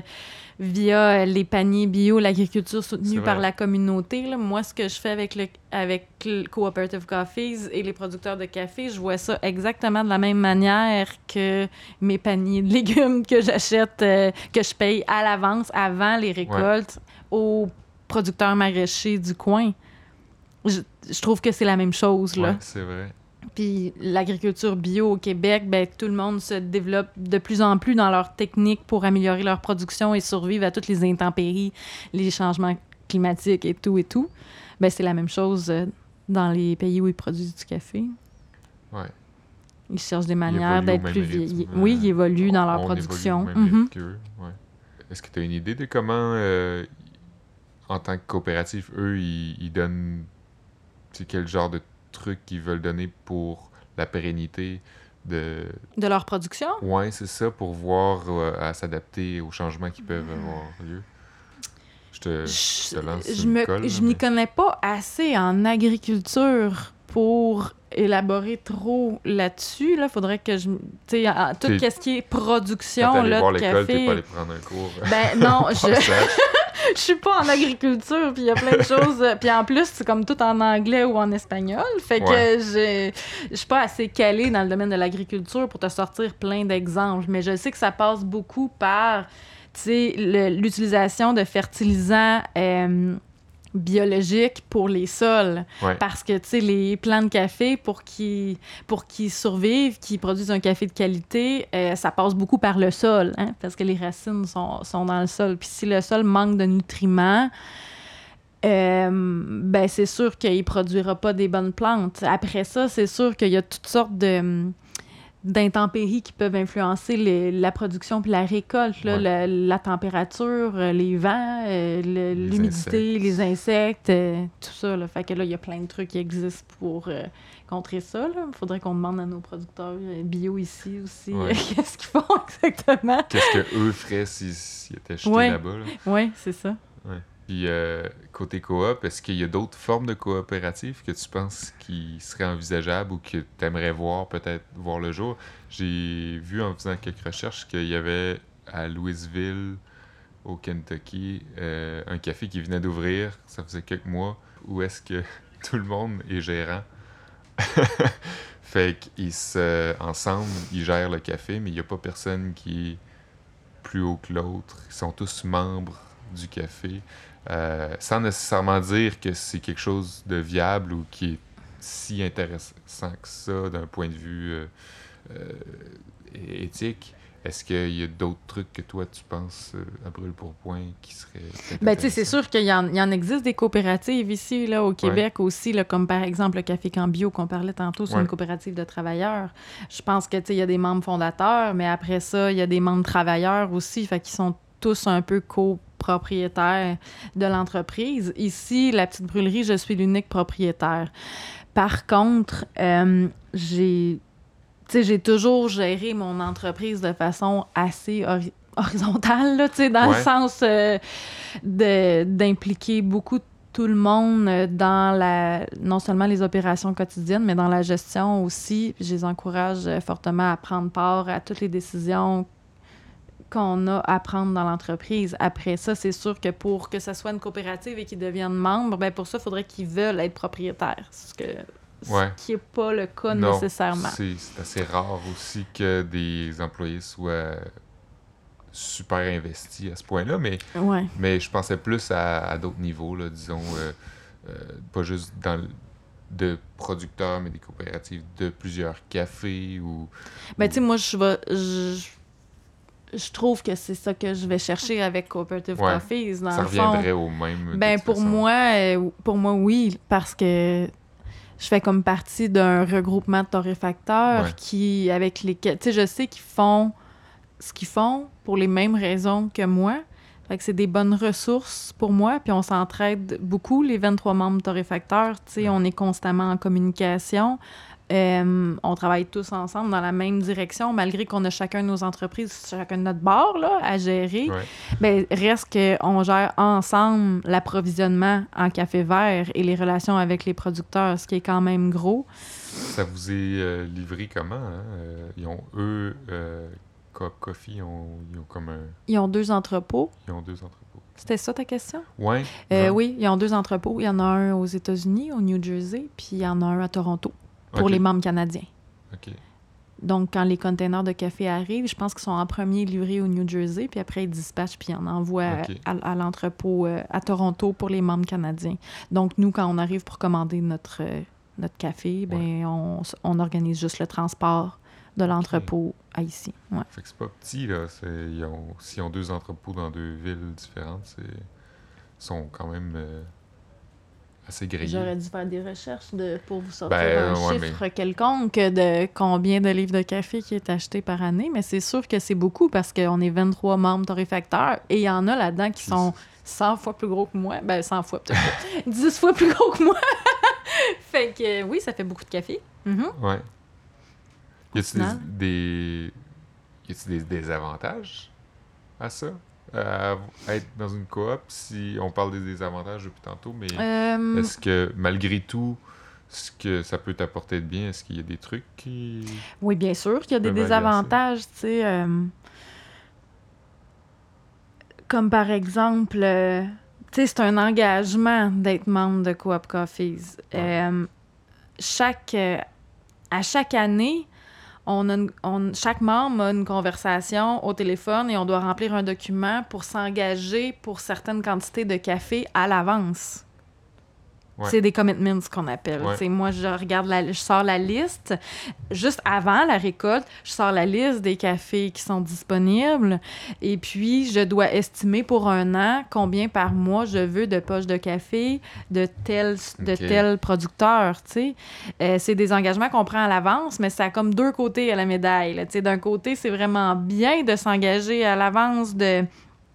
via les paniers bio, l'agriculture C'est soutenue vrai. par la communauté. Là. Moi, ce que je fais avec le, avec le Cooperative Coffees et les producteurs de café, je vois ça exactement de la même manière que mes paniers de légumes que j'achète, euh, que je paye à l'avance avant les récoltes aux producteurs maraîchers du coin. Je, je trouve que c'est la même chose, là. Ouais, c'est vrai. Puis l'agriculture bio au Québec, ben, tout le monde se développe de plus en plus dans leurs techniques pour améliorer leur production et survivre à toutes les intempéries, les changements climatiques et tout et tout. Ben, c'est la même chose euh, dans les pays où ils produisent du café. Ouais. Ils cherchent des Ils manières évoluent au d'être même plus rythme, vieillis. euh, Oui, ils évoluent dans leur on production. évolue au même rythme Mhm. qu'eux, ouais. Est-ce que tu as une idée de comment, euh, en tant que coopérative, eux, ils, ils donnent... C'est quel genre de trucs qu'ils veulent donner pour la pérennité de... De leur production? Ouais, c'est ça, pour voir euh, à s'adapter aux changements qui peuvent avoir lieu. Je te, je te lance Je, une me, colle, je là, m'y mais- connais pas assez en agriculture pour élaborer trop là-dessus. Là, faudrait que je... Tu sais, en- tout T'es- ce qui est Quand production t'es allé là, voir de l'école, t'es café... pas allé prendre un cours. Ben non, je... Passage. Je suis pas en agriculture, puis il y a plein de choses. euh, Puis en plus, c'est comme tout en anglais ou en espagnol. Fait que Ouais. j'ai- je suis pas assez calée dans le domaine de l'agriculture pour te sortir plein d'exemples. Mais je sais que ça passe beaucoup par, tu sais, le- l'utilisation de fertilisants euh, biologiques pour les sols. Ouais. Parce que, tu sais, les plants de café, pour qu'ils, pour qu'ils survivent, qu'ils produisent un café de qualité, euh, ça passe beaucoup par le sol, hein, parce que les racines sont, sont dans le sol. Puis si le sol manque de nutriments, euh, ben c'est sûr qu'il ne produira pas des bonnes plantes. Après ça, c'est sûr qu'il y a toutes sortes de d'intempéries qui peuvent influencer les- la production puis la récolte, là, Ouais. la, la température, euh, les vents, euh, le- l'humidité, insectes. les insectes, euh, tout ça. Là. Fait que là, il y a plein de trucs qui existent pour euh, contrer ça. Il faudrait qu'on demande à nos producteurs euh, bio ici aussi Ouais. euh, qu'est-ce qu'ils font exactement. Qu'est-ce que eux feraient s'ils, s'ils étaient jetés Ouais. là-bas? Là? Oui, c'est ça. Ouais. Puis, euh, côté coop, est-ce qu'il y a d'autres formes de coopératives que tu penses qui seraient envisageables ou que tu aimerais voir, peut-être, voir le jour? J'ai vu en faisant quelques recherches qu'il y avait à Louisville, au Kentucky, euh, un café qui venait d'ouvrir, ça faisait quelques mois, où est-ce que tout le monde est gérant. Fait qu'ils se, ensemble, ils gèrent le café, mais il n'y a pas personne qui est plus haut que l'autre. Ils sont tous membres du café, euh, sans nécessairement dire que c'est quelque chose de viable ou qui est si intéressant que ça d'un point de vue euh, euh, éthique. Est-ce qu'il y a d'autres trucs que toi, tu penses, euh, à brûle-pourpoint, qui seraient peut-être Ben, tu sais, c'est intéressants? sûr qu'il y en, il y en existe des coopératives ici, là, au Québec aussi, là, comme par exemple le Café Cambio qu'on parlait tantôt, c'est Ouais. une coopérative de travailleurs. Je pense que, tu sais, il y a des membres fondateurs, mais après ça, il y a des membres travailleurs aussi, fait qu'ils sont tous un peu copropriétaires de l'entreprise. Ici, la petite brûlerie, je suis l'unique propriétaire. Par contre, euh, j'ai... Tu sais, j'ai toujours géré mon entreprise de façon assez hori- horizontale, là, tu sais, dans Ouais. le sens euh, de, d'impliquer beaucoup tout le monde euh, dans la, non seulement les opérations quotidiennes, mais dans la gestion aussi. Puis je les encourage euh, fortement à prendre part à toutes les décisions qu'on a à prendre dans l'entreprise. Après ça, c'est sûr que pour que ce soit une coopérative et qu'ils deviennent membres, ben pour ça, il faudrait qu'ils veulent être propriétaires. Ce que Ouais. ce qui n'est pas le cas Non, nécessairement. c'est, c'est assez rare aussi que des employés soient super investis à ce point-là, mais, Ouais. mais je pensais plus à, à d'autres niveaux, là, disons, euh, euh, pas juste dans le- de producteurs, mais des coopératives de plusieurs cafés ou... Ben, ou- tu sais, moi, je vais. Je, je trouve que c'est ça que je vais chercher avec Cooperative Ouais. Coffees, dans ça le fond. reviendrait au même. de Ben, toute pour façon. moi, euh, pour moi, oui, parce que je fais comme partie d'un regroupement de torréfacteurs Ouais. qui, avec lesquels, tu sais, je sais qu'ils font ce qu'ils font pour les mêmes raisons que moi. Fait que c'est des bonnes ressources pour moi, puis on s'entraide beaucoup, les vingt-trois membres torréfacteurs, tu sais, on est constamment en communication. Euh, on travaille tous ensemble dans la même direction, malgré qu'on a chacun nos entreprises, chacun de notre bord là, à gérer. Ouais. Ben, reste qu'on gère ensemble l'approvisionnement en café vert et les relations avec les producteurs, ce qui est quand même gros. Ça vous est euh, livré comment? Hein? Euh, ils ont, eux, euh, Coop Coffee, ils ont, ils ont comme un... Ils ont deux entrepôts. Ils ont deux entrepôts. C'était ça ta question? Ouais. Euh, genre- oui, ils ont deux entrepôts. Il y en a un aux États-Unis, au New Jersey, puis il y en a un à Toronto, pour Ok. les membres canadiens. OK. Donc, quand les containers de café arrivent, je pense qu'ils sont en premier livrés au New Jersey, puis après, ils dispatchent, puis ils en envoient Ok. à, à l'entrepôt euh, à Toronto pour les membres canadiens. Donc, nous, quand on arrive pour commander notre, euh, notre café, ben, on, s- on organise juste le transport de l'entrepôt à ici. Ouais. Fait que c'est pas petit, là. C'est, ils ont, s'ils ont deux entrepôts dans deux villes différentes, c'est, ils sont quand même euh, assez grillés. J'aurais dû faire des recherches de, pour vous sortir Ben, un ouais, chiffre quelconque de combien de livres de café qui est acheté par année, mais c'est sûr que c'est beaucoup parce qu'on est vingt-trois membres torréfacteurs et il y en a là-dedans qui Puis sont cent fois plus gros que moi. Ben, cent fois peut-être pas. dix fois plus gros que moi. Fait que euh, oui, ça fait beaucoup de café. Mhm. Ouais. Y a-t-il final. des, des, y a-t-il des désavantages à ça? À être dans une coop, si on parle des désavantages depuis tantôt, mais Euh, est-ce que malgré tout, ce que ça peut t'apporter de bien, est-ce qu'il y a des trucs qui... Oui, bien sûr qu'il y a des peuvent désavantages, tu sais. euh, comme par exemple, euh, tu sais, c'est un engagement d'être membre de Coop Coffees. Ouais. Euh, chaque, euh, à chaque année, on a une- on- chaque membre a une conversation au téléphone et on doit remplir un document pour s'engager pour certaines quantités de café à l'avance. Ouais. C'est des commitments qu'on appelle. Ouais. Tu sais, moi, je regarde la, je sors la liste. Juste avant la récolte, je sors la liste des cafés qui sont disponibles. Et puis, je dois estimer pour un an combien par mois je veux de poches de café de tel, de Ok. tel producteur. Tu sais. Euh, c'est des engagements qu'on prend à l'avance, mais ça a comme deux côtés à la médaille. Là. Tu sais, d'un côté, c'est vraiment bien de s'engager à l'avance de...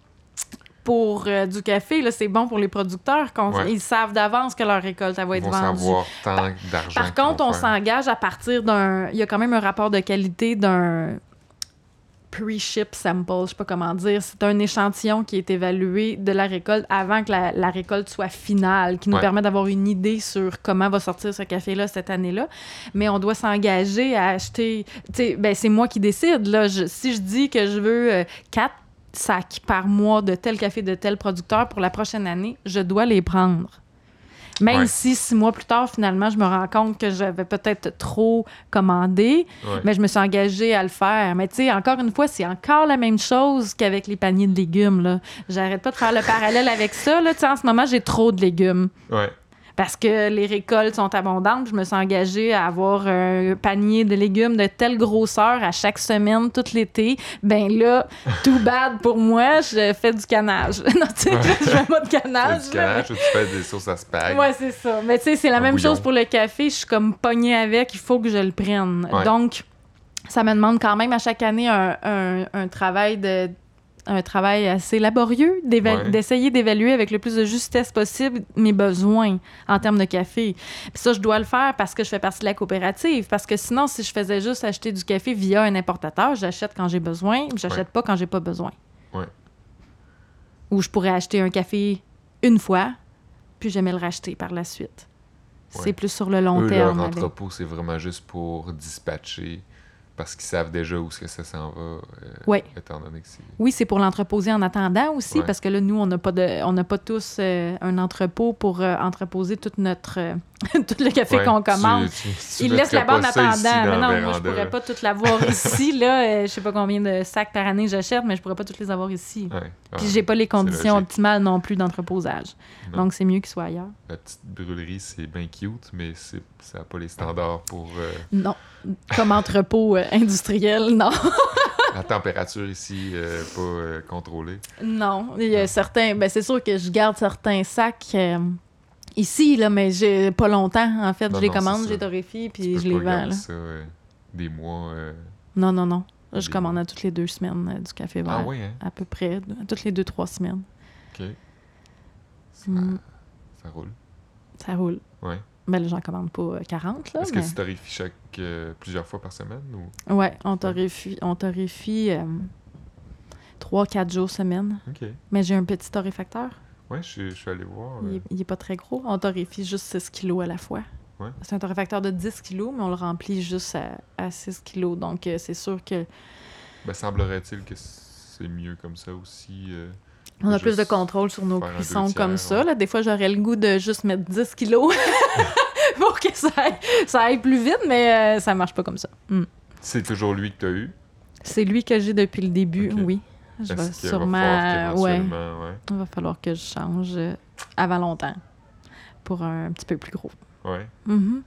pour euh, du café, là, c'est bon pour les producteurs. Qu'on, Ouais. Ils savent d'avance que leur récolte elle va Ils être vont vendue. savoir tant d'argent Par qu'ils contre, vont on faire. s'engage à partir d'un... Il y a quand même un rapport de qualité d'un pre-ship sample, je sais pas comment dire. C'est un échantillon qui est évalué de la récolte avant que la, la récolte soit finale, qui nous Ouais. permet d'avoir une idée sur comment va sortir ce café-là cette année-là. Mais on doit s'engager à acheter... Tu sais, ben, c'est moi qui décide. Là. Je- si je dis que je veux euh, quatre sacs par mois de tel café de tel producteur pour la prochaine année, je dois les prendre. Même Ouais. si six mois plus tard, finalement, je me rends compte que j'avais peut-être trop commandé, Ouais. mais je me suis engagée à le faire. Mais tu sais, encore une fois, c'est encore la même chose qu'avec les paniers de légumes. Là. J'arrête pas de faire le parallèle avec ça. Là. Tu sais, en ce moment, j'ai trop de légumes. Ouais. Parce que les récoltes sont abondantes. Je me suis engagée à avoir un panier de légumes de telle grosseur à chaque semaine, tout l'été. Ben là, too bad pour moi, je fais du canage. Non, tu sais, Ouais. je fais pas de Tu fais canage. du là, canage ou tu fais des sauces à spag. Ouais, c'est ça. Mais tu sais, c'est la Un même bouillon. chose pour le café. Je suis comme pognée avec, il faut que je le prenne. Ouais. Donc, ça me demande quand même à chaque année un, un, un travail de un travail assez laborieux d'éva- Ouais. d'essayer d'évaluer avec le plus de justesse possible mes besoins en termes de café. Puis ça, je dois le faire parce que je fais partie de la coopérative. Parce que sinon, si je faisais juste acheter du café via un importateur, j'achète quand j'ai besoin, j'achète Ouais. pas quand j'ai pas besoin. Ouais. Ou je pourrais acheter un café une fois, puis jamais le racheter par la suite. Ouais. C'est plus sur le long Eux, terme. leur avec- entrepôt, c'est vraiment juste pour dispatcher parce qu'ils savent déjà où est-ce que ça s'en va, euh, Ouais. étant donné que c'est... Oui, c'est pour l'entreposer en attendant aussi, Ouais. parce que là, nous, on n'a pas de, on n'a pas tous euh, un entrepôt pour euh, entreposer toute notre, euh, tout le café Ouais, qu'on commande. tu- tu- tu Ils laissent mettrais la bande pas en ça ici attendant. dans Mais la non, moi, je véranda. pourrais pas toutes l'avoir ici. Là, euh, je sais pas combien de sacs par année j'achète, mais je pourrais pas toutes les avoir ici. Ouais. Puis Ah, j'ai pas les conditions logique. optimales non plus d'entreposage. Non. Donc, c'est mieux qu'ils soient ailleurs. La petite brûlerie, c'est bien cute, mais c'est, ça n'a pas les standards pour euh, Non. Comme entrepôt euh, industriel, non. la température ici, euh, pas euh, contrôlée. Non, il y a certains. Ben, c'est sûr que je garde certains sacs euh, Ici, là, mais j'ai pas longtemps, en fait. Non, je les non, commande, c'est je les ça. torréfie, Tu puis peux je pas les vends, garder là. ça euh, des mois. euh, Non, non, non. Là, je des commande mois. à toutes les deux semaines euh, du café vert. Ah oui, hein? À peu près, à toutes les deux, trois semaines. OK. Ça, Mm. ça roule. Ça roule. Ouais. Ben là, j'en commande pas euh, quarante, là, Est-ce mais... que tu torréfies chaque, euh, plusieurs fois par semaine? Ou... Ouais, on torréfie, on torréfie euh, trois, quatre jours semaine. OK. Mais j'ai un petit torréfacteur. Ouais, je, je suis allé voir. Il, euh, est, il est pas très gros. On torréfie juste six kilos à la fois. Ouais. C'est un torréfacteur de dix kilos, mais on le remplit juste à, à six kilos. Donc, euh, c'est sûr que Ben, semblerait-il que c'est mieux comme ça aussi. euh, on a que plus de juste contrôle sur nos faire un deux cuissons tiers, comme ça. ouais. Là. Des fois, j'aurais le goût de juste mettre dix kilos pour que ça aille, ça aille plus vite, mais euh, ça marche pas comme ça. Mm. C'est toujours lui que tu as eu? C'est lui que j'ai depuis le début, Ok. oui. Je vais Est-ce qu'il sûrement... va falloir ouais, qu'éventuellement... Ouais. il va falloir que je change euh, avant longtemps pour un, un petit peu plus gros. Ouais. Mhm.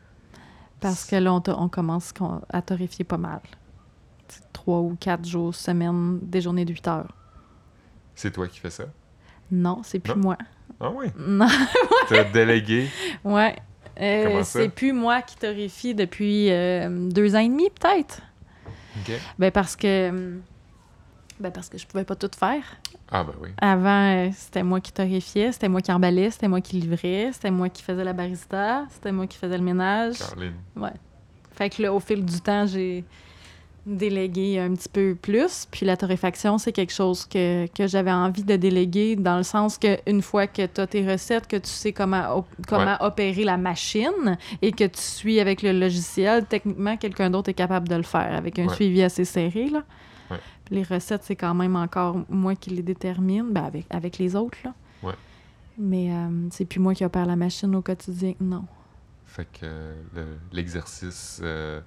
Parce que là, on, to- on commence con- à torréfier pas mal. C'est trois ou quatre jours semaine, des journées de huit heures. C'est toi qui fais ça? Non, c'est plus Non? moi. Ah oui? Non, T'as délégué? ouais. Euh, Comment ça? c'est plus moi qui torréfie depuis euh, deux ans et demi, peut-être. OK. Ben parce que... Ben parce que je pouvais pas tout faire. Ah ben oui. Avant, euh, c'était moi qui torréfiais, c'était moi qui emballais, c'était moi qui livrais, c'était moi qui faisais la barista, c'était moi qui faisais le ménage. Caroline. Ouais. Fait que là, au fil du temps, j'ai délégué un petit peu plus. Puis la torréfaction, c'est quelque chose que, que j'avais envie de déléguer dans le sens qu'une fois que tu as tes recettes, que tu sais comment, op- comment Ouais. opérer la machine et que tu suis avec le logiciel, techniquement, quelqu'un d'autre est capable de le faire avec un Ouais. suivi assez serré, là. Ouais. Puis les recettes, c'est quand même encore moi qui les détermine, ben avec, avec les autres, là. Ouais. Mais euh, c'est plus moi qui opère la machine au quotidien, non. Fait que euh, le- l'exercice, euh,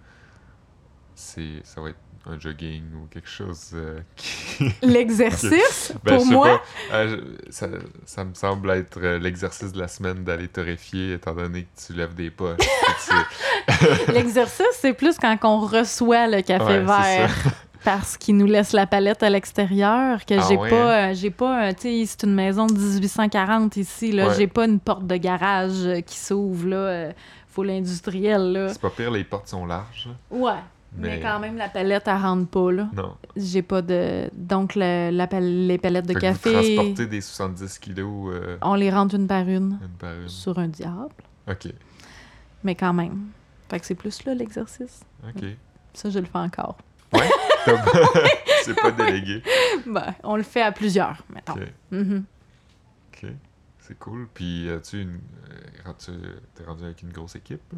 c'est, ça va être un jogging ou quelque chose euh, qui... L'exercice, Ben, pour je sais moi... pas. Euh, je- ça, ça me semble être euh, l'exercice de la semaine d'aller torréfier, étant donné que tu lèves des poches. Fait que c'est- L'exercice, c'est plus quand on reçoit le café Ouais, c'est vert. ça. Parce qu'il nous laisse la palette à l'extérieur, que Ah j'ai ouais, pas, euh, j'ai pas, euh, tu sais, c'est une maison de dix-huit cent quarante ici, là, Ouais. j'ai pas une porte de garage euh, qui s'ouvre, là, euh, faut l'industriel, là. C'est pas pire, les portes sont larges. Ouais, mais... Mais- quand même, la palette, elle rentre pas, là. Non. J'ai pas de... Donc, le- la pal- les palettes de Fait que café, vous transportez des soixante-dix kilos euh, on les rentre une par une une par une. sur un diable, OK. mais quand même. Fait que c'est plus là, l'exercice. OK. Ça, je le fais encore. Ouais? T'as pas- c'est pas délégué. Ben, on le fait à plusieurs, mettons. OK. Mhm. OK. C'est cool. Puis, as-tu une... euh, quand tu t'es rendu avec une grosse équipe là,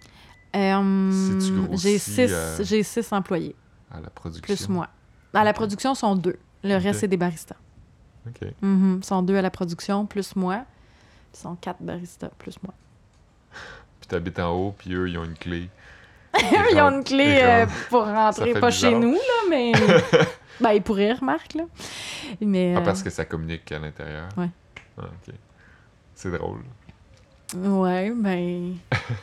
Euh, Si tu grossis, j'ai six, euh, j'ai six employés, à la production? plus moi. À la production, sont deux. Le Ok. reste, c'est des baristas. OK. Mhm. Ils sont deux à la production, plus moi. Ils sont quatre baristas, plus moi. Puis t'habites en haut, puis eux, ils ont une clé. Ils ont une clé Ils euh, rentrent. pour Ça rentrer fait pas bizarre. chez nous, là, mais... ben, ils pourraient, remarque, là. Mais... Ah, euh, parce que ça communique à l'intérieur? Ouais. Ah, OK. C'est drôle. Ouais, ben...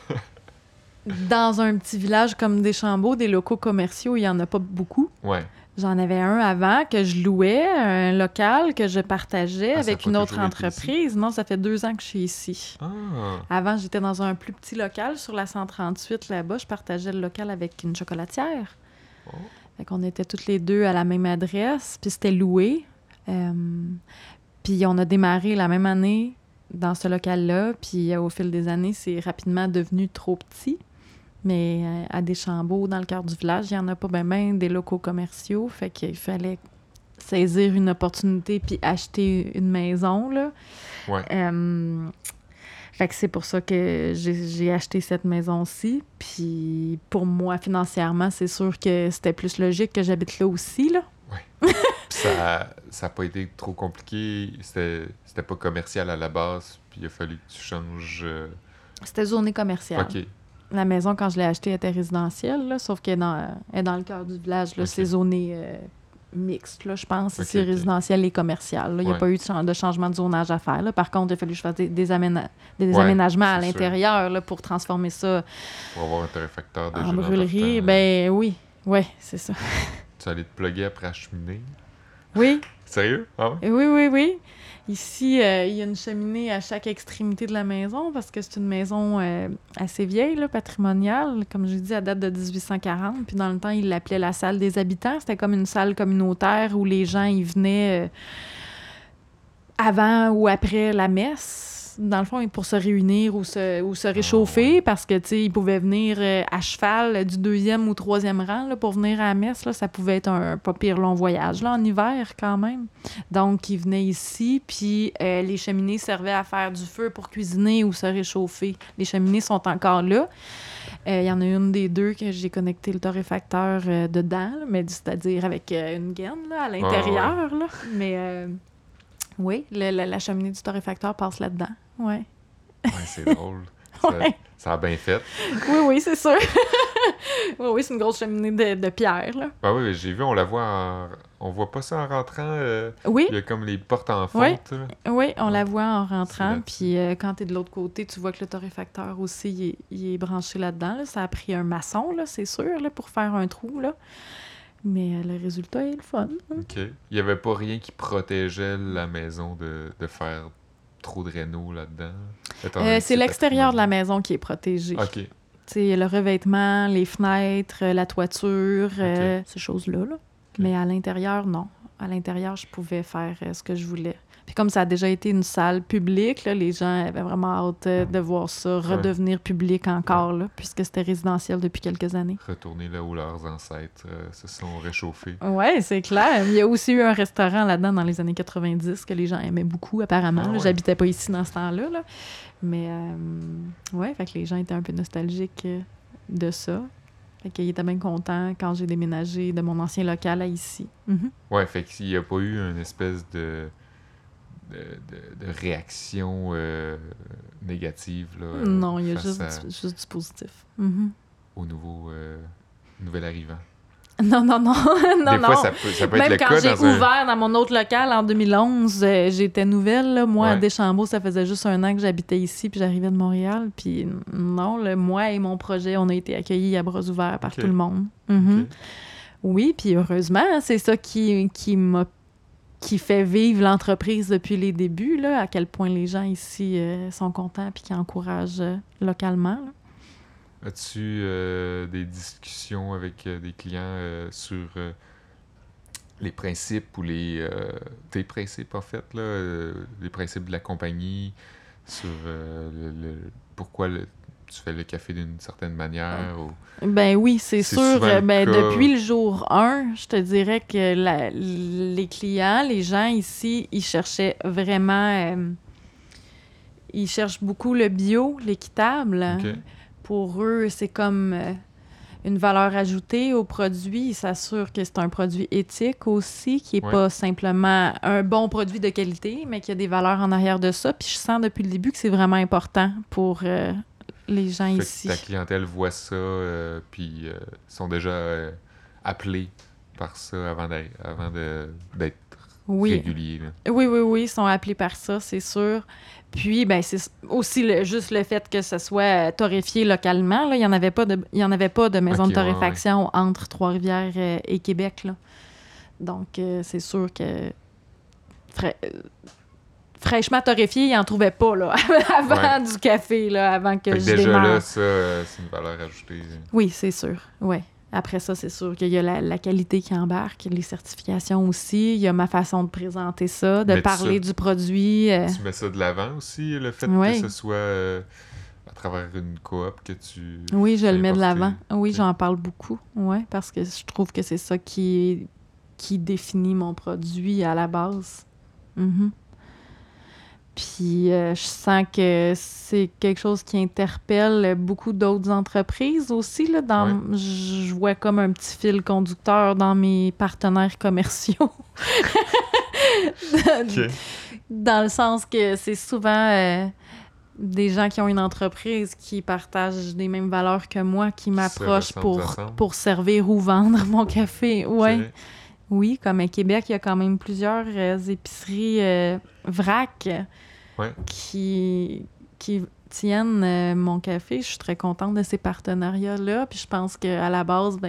Dans un petit village comme Deschambault, des locaux commerciaux, il y en a pas beaucoup. Ouais. J'en avais un avant que je louais, un local que je partageais Ah, ça a avec pas une autre toujours été entreprise. Non, ça fait deux ans que je suis ici. Ah! Avant, j'étais dans un plus petit local sur la cent trente-huit là-bas. Je partageais le local avec une chocolatière. Oh. Fait qu'on était toutes les deux à la même adresse, puis c'était loué. Euh, puis on a démarré la même année dans ce local-là, puis euh, au fil des années, c'est rapidement devenu trop petit. Mais euh, à Deschambault, dans le cœur du village, il n'y en a pas bien ben des locaux commerciaux. Fait qu'il fallait saisir une opportunité puis acheter une maison, là. Ouais. Euh, fait que c'est pour ça que j'ai j'ai acheté cette maison-ci. Puis pour moi, financièrement, c'est sûr que c'était plus logique que j'habite là aussi, là. Puis ça ça a pas été trop compliqué. C'était c'était pas commercial à la base, puis il a fallu que tu changes... euh, C'était zonée commerciale. OK. La maison, quand je l'ai achetée, était résidentielle, là, sauf qu'elle est dans, elle est dans le cœur du village. Là, Ok. C'est zoné euh, mixte, là, je pense. Ok, Ici, ok. résidentiel et commercial. là. Il n'y a Ouais. pas eu de, chan- de changement de zonage à faire. Là. Par contre, il a fallu que je fasse des, des, aména- des Ouais, aménagements à c'est sûr. l'intérieur là, pour transformer ça Pour avoir un torréfacteur déjà en dans brûlerie. partant. Ben oui, ouais, c'est ça. Tu allais te plugger après la cheminée. Oui, Sérieux? Ah ouais? Et oui, oui, oui. Ici, euh, il y a une cheminée à chaque extrémité de la maison parce que c'est une maison euh, assez vieille, là, patrimoniale. Comme je dis, elle date de dix-huit cent quarante. Puis dans le temps, ils l'appelaient la salle des habitants. C'était comme une salle communautaire où les gens y venaient euh, avant ou après la messe. Dans le fond, pour se réunir ou se, ou se réchauffer, Oh, ouais. parce que, tu sais, ils pouvaient venir euh, à cheval euh, du deuxième ou troisième rang là, pour venir à la messe. Là. Ça pouvait être un pas pire long voyage, là, en hiver, quand même. Donc, ils venaient ici, puis euh, les cheminées servaient à faire du feu pour cuisiner ou se réchauffer. Les cheminées sont encore là. Il euh, y en a une des deux que j'ai connecté le torréfacteur euh, dedans, là, mais c'est-à-dire avec euh, une gaine là, à l'intérieur. Ah, ouais. Là. Mais euh, oui, le- le- la cheminée du torréfacteur passe là-dedans. Ouais. Ouais, c'est drôle. Ça, Ouais. ça a bien fait. Oui, oui, c'est sûr. oui, oui, c'est une grosse cheminée de, de pierre, là. Ah oui, j'ai vu, on la voit en... On voit pas ça en rentrant. euh, Oui, Il y a comme les portes en Oui. fonte. Là. oui, on Ouais. la voit en C'est rentrant. là-dessus. Puis euh, quand t'es de l'autre côté, tu vois que le torréfacteur aussi, il est, il est branché là-dedans. Là. Ça a pris un maçon, là, c'est sûr, là, pour faire un trou, là. Mais euh, le résultat est le fun. OK. Il y avait pas rien qui protégeait la maison de, de faire trop de réno là-dedans? Étant donné Euh, que c'est l'extérieur de la patrimonial. maison qui est protégé. OK. Tu sais, le revêtement, les fenêtres, euh, la toiture, euh, ces choses-là. Là. Mais à l'intérieur, non. À l'intérieur, je pouvais faire euh, ce que je voulais. Puis comme ça a déjà été une salle publique, là, les gens avaient vraiment hâte euh, de voir ça redevenir public encore, là, puisque c'était résidentiel depuis quelques années. Retourner là où leurs ancêtres euh, se sont réchauffés. Ouais, c'est clair. Il y a aussi eu un restaurant là-dedans dans les années quatre-vingt-dix que les gens aimaient beaucoup, apparemment. Ah là. ouais. J'habitais pas ici dans ce temps-là, là. Mais, euh, ouais, fait que les gens étaient un peu nostalgiques euh, de ça. Fait qu'ils étaient bien contents quand j'ai déménagé de mon ancien local à ici. Mhm. Ouais, fait qu'il n'y a pas eu une espèce de, de, de, de réaction euh, négative là, euh, Non, il y a face juste, à- du, juste du positif. Mhm. au nouveau euh, nouvel arrivant. Non, non, non, non, Des non. fois, ça peut, ça peut être Même le quand cas j'ai dans un... ouvert dans mon autre local en deux mille onze, euh, j'étais nouvelle. Là. Moi, à Ouais. Deschambault, ça faisait juste un an que j'habitais ici, puis j'arrivais de Montréal. Puis non, le, moi et mon projet, on a été accueillis à bras ouverts par Ok. tout le monde. Mhm. Ok. Oui, puis heureusement, hein, c'est ça qui, qui m'a qui fait vivre l'entreprise depuis les débuts, là, à quel point les gens ici euh, sont contents puis qui encouragent euh, localement. Là. As-tu euh, des discussions avec euh, des clients euh, sur euh, les principes ou les euh, tes principes en fait là, euh, les principes de la compagnie sur euh, le, le- pourquoi le- tu fais le café d'une certaine manière ou... Ben oui, c'est C'est sûr. souvent euh, le Ben, cas. depuis le jour un, je te dirais que la- les clients, les gens ici, ils cherchaient vraiment... euh, ils cherchent beaucoup le bio, l'équitable. Ok. Pour eux, c'est comme euh, une valeur ajoutée au produit. Ils s'assurent que c'est un produit éthique aussi, qui n'est Ouais. pas simplement un bon produit de qualité, mais qu'il y a des valeurs en arrière de ça. Puis je sens depuis le début que c'est vraiment important pour euh, les gens Fait que ici. ta clientèle voit ça euh, puis euh, sont déjà euh, appelés par ça avant d'être, avant de, d'être Oui. réguliers. Là. Oui, oui, oui, ils sont appelés par ça, c'est sûr. Puis, ben, c'est aussi le, juste le fait que ce soit euh, torréfié localement. Là. Il n'y en avait pas de, il y en avait pas de maison Ok, de ouais, ouais. torréfaction entre Trois-Rivières euh, et Québec. Là. Donc, euh, c'est sûr que fra- euh, fraîchement torréfié, ils n'en trouvaient pas là, avant Ouais. du café, là, avant que Fait que je déjà démarre. là, ça, euh, c'est une valeur ajoutée. Oui, c'est sûr. Ouais. Après ça, c'est sûr qu'il y a la, la qualité qui embarque, les certifications aussi. Il y a ma façon de présenter ça, de Mais tu parler sais- du produit. euh, Tu mets ça de l'avant aussi, le fait Ouais. que ce soit euh, à travers une coop que tu... Oui, je fais le mets de importer. l'avant. Oui, Ok. j'en parle beaucoup. Ouais, parce que je trouve que c'est ça qui, qui définit mon produit à la base. Mhm. Puis euh, je sens que c'est quelque chose qui interpelle beaucoup d'autres entreprises aussi. Là, dans, Ouais. Je vois comme un petit fil conducteur dans mes partenaires commerciaux. Ok. Dans le sens que c'est souvent euh, des gens qui ont une entreprise qui partagent les mêmes valeurs que moi, qui m'approchent ressemblent pour, ensemble. pour servir ou vendre mon café. Ouais. Ok. Oui, comme à Québec, il y a quand même plusieurs euh, épiceries euh, vrac Ouais. qui, qui tiennent euh, mon café. Je suis très contente de ces partenariats-là. Puis je pense qu'à la base, ben,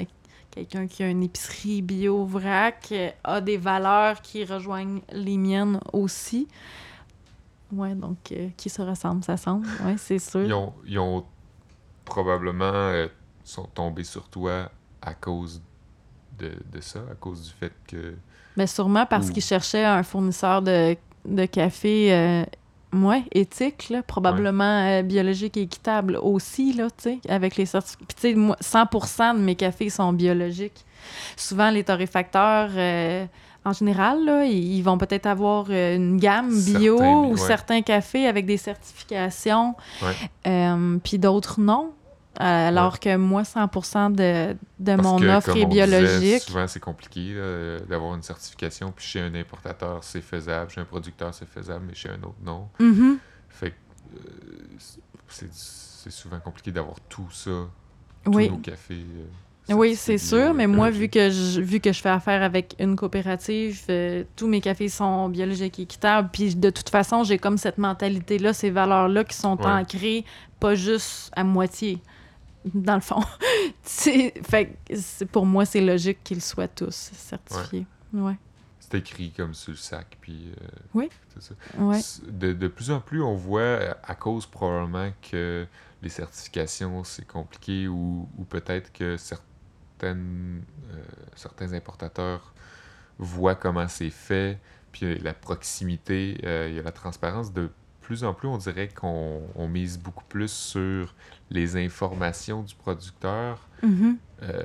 quelqu'un qui a une épicerie bio vrac euh, a des valeurs qui rejoignent les miennes aussi. Ouais, donc euh, qui se ressemble, ça semble. Ouais, c'est sûr. Ils ont, ils ont probablement euh, sont tombés sur toi à cause de, de ça, à cause du fait que... Mais sûrement parce Ou- qu'ils cherchaient un fournisseur de, de café euh, ouais, éthique, là, probablement euh, biologique et équitable aussi, là, tu sais, avec les certificats. Puis, tu sais, moi, cent pour cent de mes cafés sont biologiques. Souvent, les torréfacteurs, euh, en général, là, ils ils vont peut-être avoir euh, une gamme bio Certains, ou ouais. certains cafés avec des certifications, Ouais. euh, puis d'autres non. Alors Ouais. que moi, cent pour cent de, de Parce mon que, offre comme est on disait, biologique. souvent c'est compliqué là, euh, d'avoir une certification, puis chez un importateur c'est faisable, chez un producteur c'est faisable, mais chez un autre non. Mhm. Fait que euh, c'est, c'est souvent compliqué d'avoir tout ça, Oui. tous nos cafés. euh, Oui, certifiés c'est bio, sûr, mais moi, vu écologiques. que je, vu que je fais affaire avec une coopérative, euh, tous mes cafés sont biologiques et équitables, puis de toute façon, j'ai comme cette mentalité-là, ces valeurs-là qui sont Ouais. ancrées, pas juste à moitié, dans le fond. C'est- fait que c'est- pour moi, c'est logique qu'ils soient tous certifiés. Ouais. C'est écrit comme sur le sac, puis... euh, Oui. C'est ça. Ouais. De, de plus en plus, on voit, à cause probablement que les certifications, c'est compliqué, ou, ou peut-être que certaines, euh, certains importateurs voient comment c'est fait, puis euh, la proximité, euh, il y a la transparence. De plus en plus, on dirait qu'on on mise beaucoup plus sur les informations du producteur, Mhm. euh,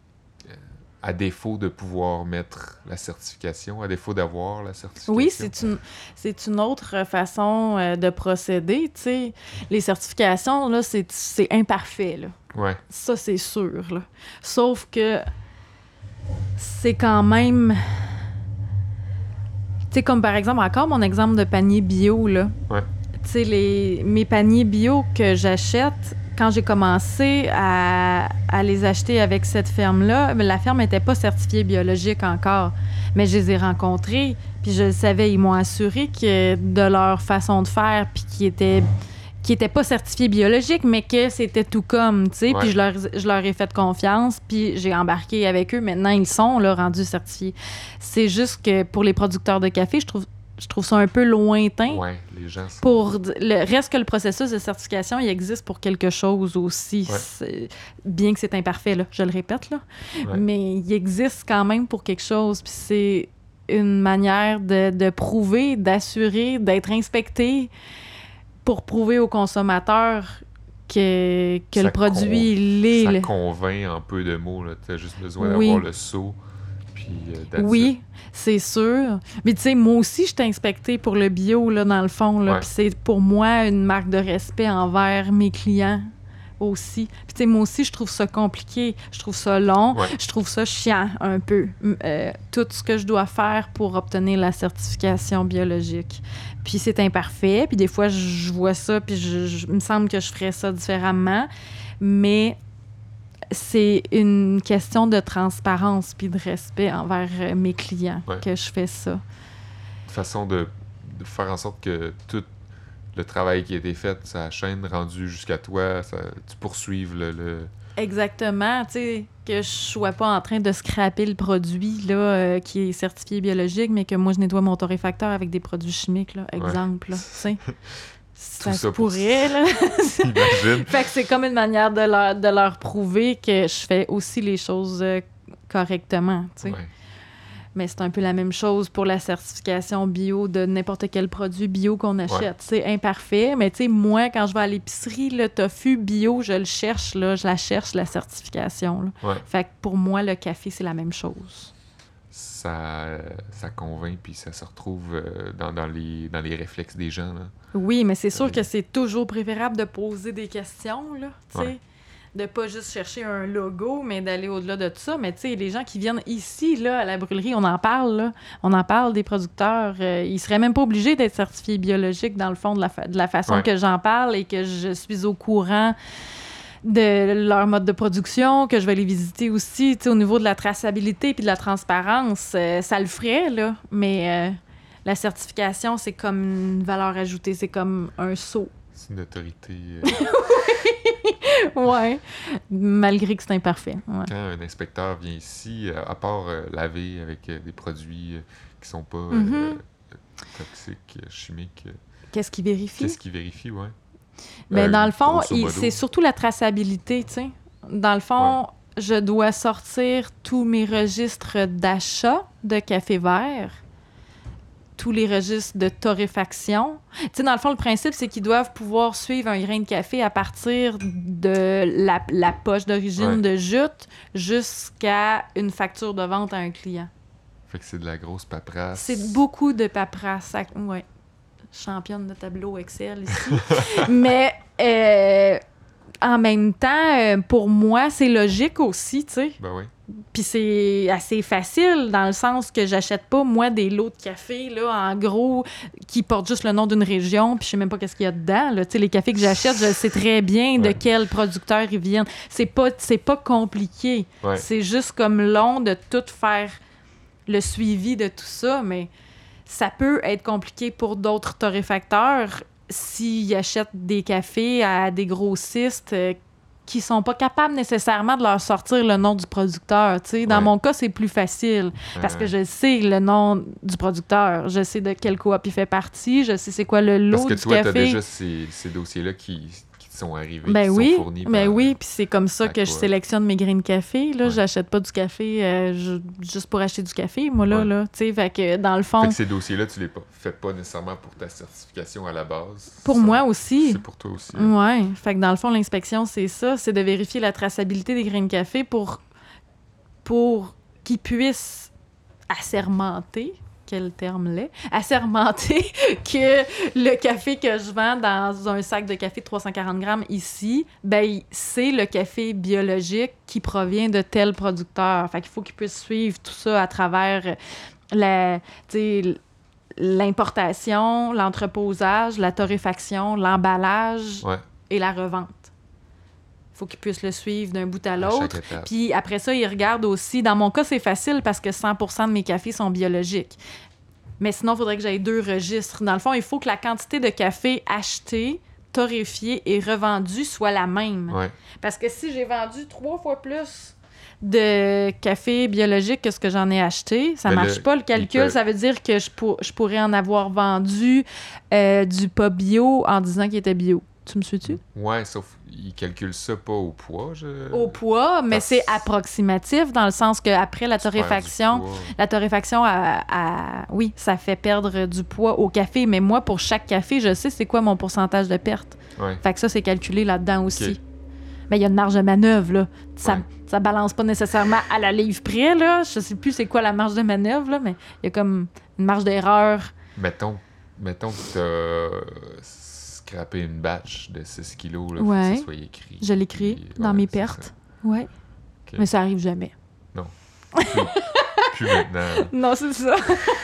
à défaut de pouvoir mettre la certification, à défaut d'avoir la certification. Oui, c'est une, c'est une autre façon euh, de procéder, tu sais. Les certifications, là, c'est, c'est imparfait, là. Ouais, Ça, c'est sûr, là. Sauf que c'est quand même... Tu sais, comme par exemple, encore mon exemple de panier bio, là. ouais, Tu sais, les... mes paniers bio que j'achète, quand j'ai commencé à, à les acheter avec cette ferme-là, la ferme n'était pas certifiée biologique encore. Mais je les ai rencontrés, puis je le savais, ils m'ont assuré que de leur façon de faire, puis qu'ils étaient... qui n'étaient pas certifiés biologiques, mais que c'était tout comme, tu sais. Ouais. Puis je leur, je leur ai fait confiance, puis j'ai embarqué avec eux. Maintenant, ils sont là, rendus certifiés. C'est juste que pour les producteurs de café, je trouve, je trouve ça un peu lointain. ouais, les gens sont... Pour d- le reste que le processus de certification, il existe pour quelque chose aussi. Ouais. C'est- bien que c'est imparfait, là, je le répète, là. Ouais. Mais il existe quand même pour quelque chose. Puis c'est une manière de, de prouver, d'assurer, d'être inspecté pour prouver aux consommateurs que, que Ça le produit, con- il est... Ça le- convainc en peu de mots, là. T'as juste besoin Oui. d'avoir le seau, puis euh, that's Oui, it. c'est sûr. Mais tu sais, moi aussi, je t'ai inspecté pour le bio, là, dans le fond. Là, Ouais. Puis c'est pour moi une marque de respect envers mes clients aussi. Puis tu sais, moi aussi, je trouve ça compliqué. Je trouve ça long. Ouais. Je trouve ça chiant un peu. M- euh, tout ce que je dois faire pour obtenir la certification biologique. Puis c'est imparfait. Puis des fois, je vois ça, puis je, je- il me semble que je ferais ça différemment. Mais c'est une question de transparence puis de respect envers euh, mes clients Ouais. que je fais ça. Façon de, de faire en sorte que tout le travail qui a été fait, sa chaîne rendue jusqu'à toi, ça, tu poursuives le... le... Exactement, tu sais, que je sois pas en train de scraper le produit là, euh, qui est certifié biologique, mais que moi, je nettoie mon torréfacteur avec des produits chimiques, là, exemple, là, tu sais. Ça Tout se ça pour- pourrait, là. Imagine. Fait que c'est comme une manière de leur, de leur prouver que je fais aussi les choses euh, correctement, tu sais. Ouais. Mais c'est un peu la même chose pour la certification bio de n'importe quel produit bio qu'on achète. Ouais. C'est imparfait, mais tu sais, moi, quand je vais à l'épicerie, le tofu bio, je le cherche, là, je la cherche, la certification. Là. Ouais. Fait que pour moi, le café, c'est la même chose. Ça, euh, ça convainc, puis ça se retrouve euh, dans, dans, les, dans les réflexes des gens, là. Oui, mais c'est sûr Ouais. que c'est toujours préférable de poser des questions, là, tu sais. Ouais. De pas juste chercher un logo, mais d'aller au-delà de tout ça. Mais tu sais, les gens qui viennent ici, là, à la brûlerie, on en parle, là. On en parle des producteurs. Euh, ils seraient même pas obligés d'être certifiés biologiques, dans le fond, de la, fa- de la façon Ouais. que j'en parle et que je suis au courant de leur mode de production, que je vais les visiter aussi, tu sais, au niveau de la traçabilité puis de la transparence. Euh, ça le ferait, là. Mais euh, la certification, c'est comme une valeur ajoutée. C'est comme un saut. C'est une autorité... euh, Ouais, malgré que c'est imparfait. Ouais. Quand un inspecteur vient ici, euh, à part euh, laver avec euh, des produits euh, qui sont pas euh, Mm-hmm. toxiques, euh, chimiques, euh, Qu'est-ce qu'il vérifie? qu'est-ce qu'il vérifie, ouais? Ben, Euh, dans le fond, grosso il- modo. c'est surtout la traçabilité, tu sais. Dans le fond, je dois sortir tous mes registres d'achat de café vert, tous les registres de torréfaction. Tu sais, dans le fond, le principe, c'est qu'ils doivent pouvoir suivre un grain de café à partir de la, la poche d'origine Ouais. de jute jusqu'à une facture de vente à un client. Fait que c'est de la grosse paperasse. C'est beaucoup de paperasse. Ça- Ouais. Championne de tableau Excel ici. Mais euh, en même temps, euh, pour moi, c'est logique aussi, tu sais. Ben oui. Puis c'est assez facile dans le sens que j'achète pas, moi, des lots de café, là, en gros, qui portent juste le nom d'une région, puis je sais même pas qu'est-ce qu'il y a dedans, là. Tu sais, les cafés que j'achète, je sais très bien de Ouais. quel producteur ils viennent. C'est pas, c'est pas compliqué. Ouais. C'est juste comme long de tout faire le suivi de tout ça, mais ça peut être compliqué pour d'autres torréfacteurs s'ils achètent des cafés à des grossistes euh, qui sont pas capables nécessairement de leur sortir le nom du producteur. Tu sais. Dans Ouais. mon cas, c'est plus facile parce que Euh, je sais le nom du producteur. Je sais de quelle coop il fait partie. Je sais c'est quoi le lot Parce que du toi, café. t'as déjà ces, ces dossiers-là qui, qui te sont arrivés, Ben qui oui, sont fournis ben par... oui, puis c'est comme ça la que je coop. sélectionne mes grains de café. Là, Ouais. j'achète pas du café euh, ju- juste pour acheter du café, moi là, Ouais. là, tu sais, fait que dans le fond, Fait que ces dossiers-là, tu les pas- fais pas nécessairement pour ta certification à la base. pour Ça- moi aussi. C'est pour toi aussi. hein. Ouais, fait que dans le fond, l'inspection, c'est ça, c'est de vérifier la traçabilité des grains de café pour, pour qu'ils puissent assermenter, quel terme l'est, assermenter que le café que je vends dans un sac de café de trois cent quarante grammes ici, ben c'est le café biologique qui provient de tel producteur. Fait qu'il faut qu'ils puissent suivre tout ça à travers la, tu sais, l'importation, l'entreposage, la torréfaction, l'emballage Ouais, et la revente. Il faut qu'ils puissent le suivre d'un bout à à l'autre. chaque étape. Puis après ça, ils regardent aussi. Dans mon cas, c'est facile parce que cent pour cent de mes cafés sont biologiques. Mais sinon, il faudrait que j'aie deux registres. Dans le fond, il faut que la quantité de café acheté, torréfié et revendu soit la même. Ouais, Parce que si j'ai vendu trois fois plus de café biologique que ce que j'en ai acheté, ça Mais marche le- pas, le ils calcul. peuvent- Ça veut dire que je, pour- je pourrais en avoir vendu euh, du pas bio en disant qu'il était bio. Tu me suis-tu? ouais, sauf ils calculent ça pas au poids. Je... Au poids, mais parce- c'est approximatif dans le sens qu'après la Tu perds du torréfaction, poids. la torréfaction, a, a- oui, ça fait perdre du poids au café, mais moi, pour chaque café, je sais c'est quoi mon pourcentage de perte. Ouais, Fait que ça, c'est calculé là-dedans aussi. Ok. Mais il y a une marge de manœuvre, là. Ça, Ouais. ça balance pas nécessairement à la livre près, là. Je sais plus c'est quoi la marge de manœuvre, là, mais il y a comme une marge d'erreur. mettons, mettons que t'as scrappé une batch de six kilos, là, faut Ouais. que ça soit écrit. Je l'écris Puis, dans ouais, mes c'est pertes. ça. Ouais. Ok. Mais ça arrive jamais. Plus maintenant. Non, c'est ça.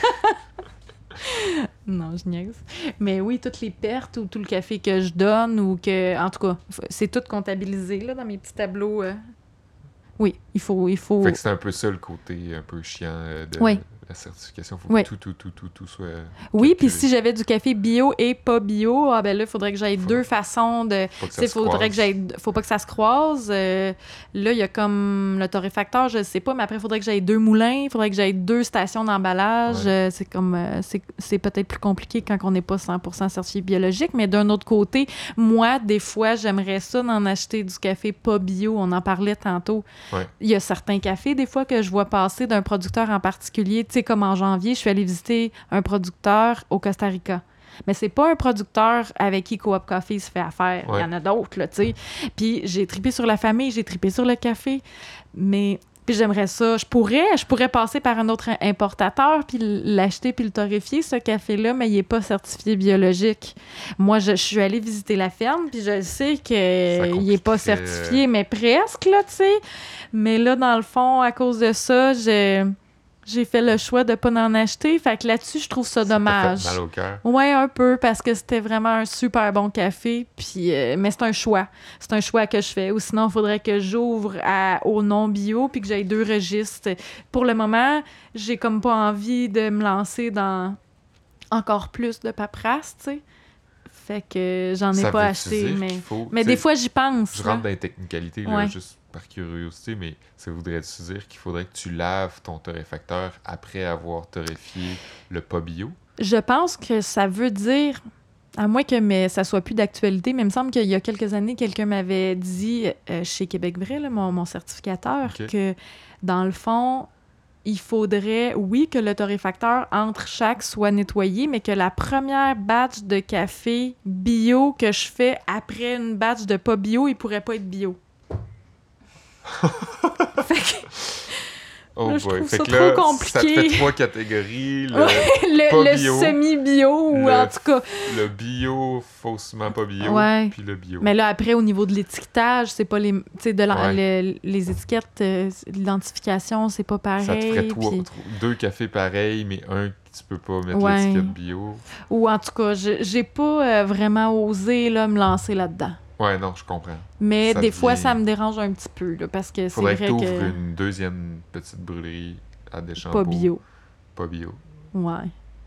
Non, je niaise. Mais oui, toutes les pertes ou tout le café que je donne ou que... En tout cas, f- c'est tout comptabilisé là, dans mes petits tableaux. euh. Oui, il faut... Il faut... Fait que c'est un peu ça le côté un peu chiant euh, de Oui. la certification. Faut Oui. que tout, tout, tout, tout, tout soit. Oui, puis calculé. si j'avais du café bio et pas bio, ah ben là, il faudrait que j'aille Faut- deux façons de... Faut que Tu ça sais, se faudrait croise. que j'aille... Faut pas que ça se croise. Euh, là, il y a comme le torréfacteur, je sais pas, mais après, il faudrait que j'aille deux moulins, il faudrait que j'aille deux stations d'emballage. Ouais. Euh, c'est comme... euh, c'est, c'est peut-être plus compliqué quand on n'est pas cent pour cent certifié biologique, mais d'un autre côté, moi, des fois, j'aimerais ça d'en acheter du café pas bio. On en parlait tantôt. Ouais. Il y a certains cafés, des fois, que je vois passer d'un producteur en particulier. Tu sais, comme en janvier, je suis allée visiter un producteur au Costa Rica. Mais c'est pas un producteur avec qui Coop Coffee se fait affaire. Il Ouais. y en a d'autres, là, tu sais. Puis j'ai trippé sur la famille, j'ai trippé sur le café. Mais... Puis j'aimerais ça. Je pourrais, je pourrais passer par un autre importateur puis l'acheter puis le torréfier, ce café-là, mais il n'est pas certifié biologique. Moi, je, je suis allée visiter la ferme puis je sais qu'il n'est pas compliquerait, certifié, mais presque, là, tu sais. Mais là, dans le fond, à cause de ça, j'ai, j'ai fait le choix de ne pas en acheter. Fait que là-dessus, je trouve ça Ça t'a dommage. fait mal au cœur. Ouais, un peu, parce que c'était vraiment un super bon café. Puis, euh, mais c'est un choix. C'est un choix que je fais. Ou sinon, il faudrait que j'ouvre à- au non-bio puis que j'aille deux registres. Pour le moment, j'ai comme pas envie de me lancer dans encore plus de paperasse, tu sais. Fait que j'en ai Ça pas veut-tu acheté, dire mais, qu'il faut- mais tu des sais, fois, j'y pense. Je là. rentre dans les technicalités, là, Ouais. juste par curiosité, mais ça voudrait-tu dire qu'il faudrait que tu laves ton torréfacteur après avoir torréfié le pas bio? Je pense que ça veut dire, à moins que mais, ça soit plus d'actualité, mais il me semble qu'il y a quelques années, quelqu'un m'avait dit, euh, chez Québec Vrai, là, mon, mon certificateur, Ok. que dans le fond, il faudrait, oui, que le torréfacteur entre chaque soit nettoyé, mais que la première batch de café bio que je fais après une batch de pas bio, il pourrait pas être bio. Fait que Oh Là, je boy. trouve Fait ça que trop là, compliqué. ça te fait trois catégories. Le, ouais, le, pas le bio, semi-bio, ou le- en tout cas. le bio faussement pas bio, Ouais. puis le bio. Mais là, après, au niveau de l'étiquetage, c'est pas les. Tu sais, de la- Ouais. le- les étiquettes, euh, l'identification, c'est pas pareil. Ça te ferait trois- puis- trois- deux cafés pareils, mais un que tu peux pas mettre Ouais. l'étiquette bio. Ou en tout cas, je- j'ai pas euh, vraiment osé là, me lancer là-dedans. Ouais, non, je comprends. Mais Ça des fois, devient- ça me dérange un petit peu, là, parce que c'est Faudrait vrai que tu ouvres que. une deuxième petite brûlerie à Deschambault. Pas bio. Pas bio. Ouais.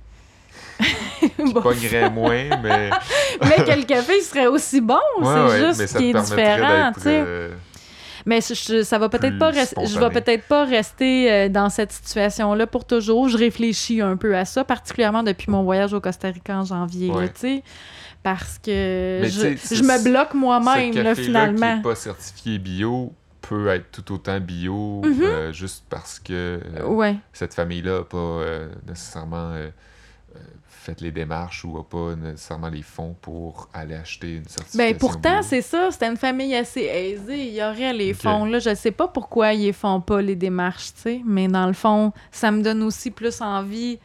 Tu Bon. pognerais moins, mais... Mais que le café il serait aussi bon, Ouais, c'est ouais, juste mais ça qui te est permettrait différent, d'être, tu sais. euh, Mais je- je- ça va peut-être plus pas rester. Je vais spontané. peut-être pas rester euh, dans cette situation-là pour toujours. Je réfléchis un peu à ça, particulièrement depuis mon voyage au Costa Rica en janvier, là, Ouais. tu sais. Parce que Mais je, tu sais, c'est- je me bloque moi-même, ce là, café-là finalement. qui n'est pas certifié bio peut être tout autant bio Mhm. euh, juste parce que euh, Ouais. cette famille-là n'a pas euh, nécessairement euh, euh, fait les démarches ou n'a pas nécessairement les fonds pour aller acheter une certification Ben pourtant, bio. c'est ça. C'était une famille assez aisée. Il y aurait les Ok. fonds. Là, je sais pas pourquoi ils ne font pas les démarches, tu sais. Mais dans le fond, ça me donne aussi plus envie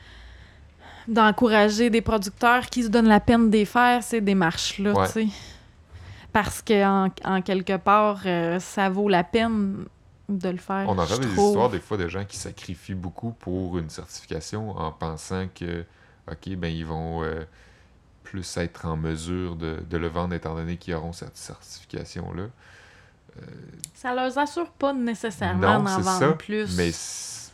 d'encourager des producteurs qui se donnent la peine de les faire, ces démarches-là, Ouais. tu sais. Parce que en, en quelque part, euh, ça vaut la peine de le faire. On entend je des trouve. histoires des fois de gens qui sacrifient beaucoup pour une certification en pensant que, OK, ben ils vont euh, plus être en mesure de, de le vendre étant donné qu'ils auront cette certification-là. Ça leur assure pas nécessairement Non, d'en c'est vendre ça, plus. mais c'est,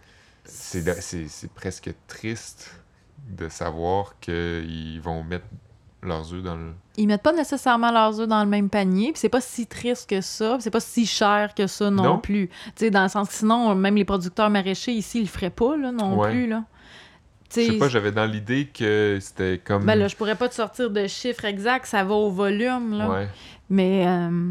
c'est, de- c'est, c'est presque triste de savoir qu'ils vont mettre leurs œufs dans le... Ils mettent pas nécessairement leurs œufs dans le même panier, puis c'est pas si triste que ça, puis c'est pas si cher que ça non, Non. plus. Tu sais, dans le sens que sinon, même les producteurs maraîchers ici, ils le feraient pas, là, non Ouais. plus, là. Tu Je sais sais, pas, j'avais dans l'idée que c'était comme... ben là, je pourrais pas te sortir de chiffres exacts, ça va au volume, là. ouais, Mais euh,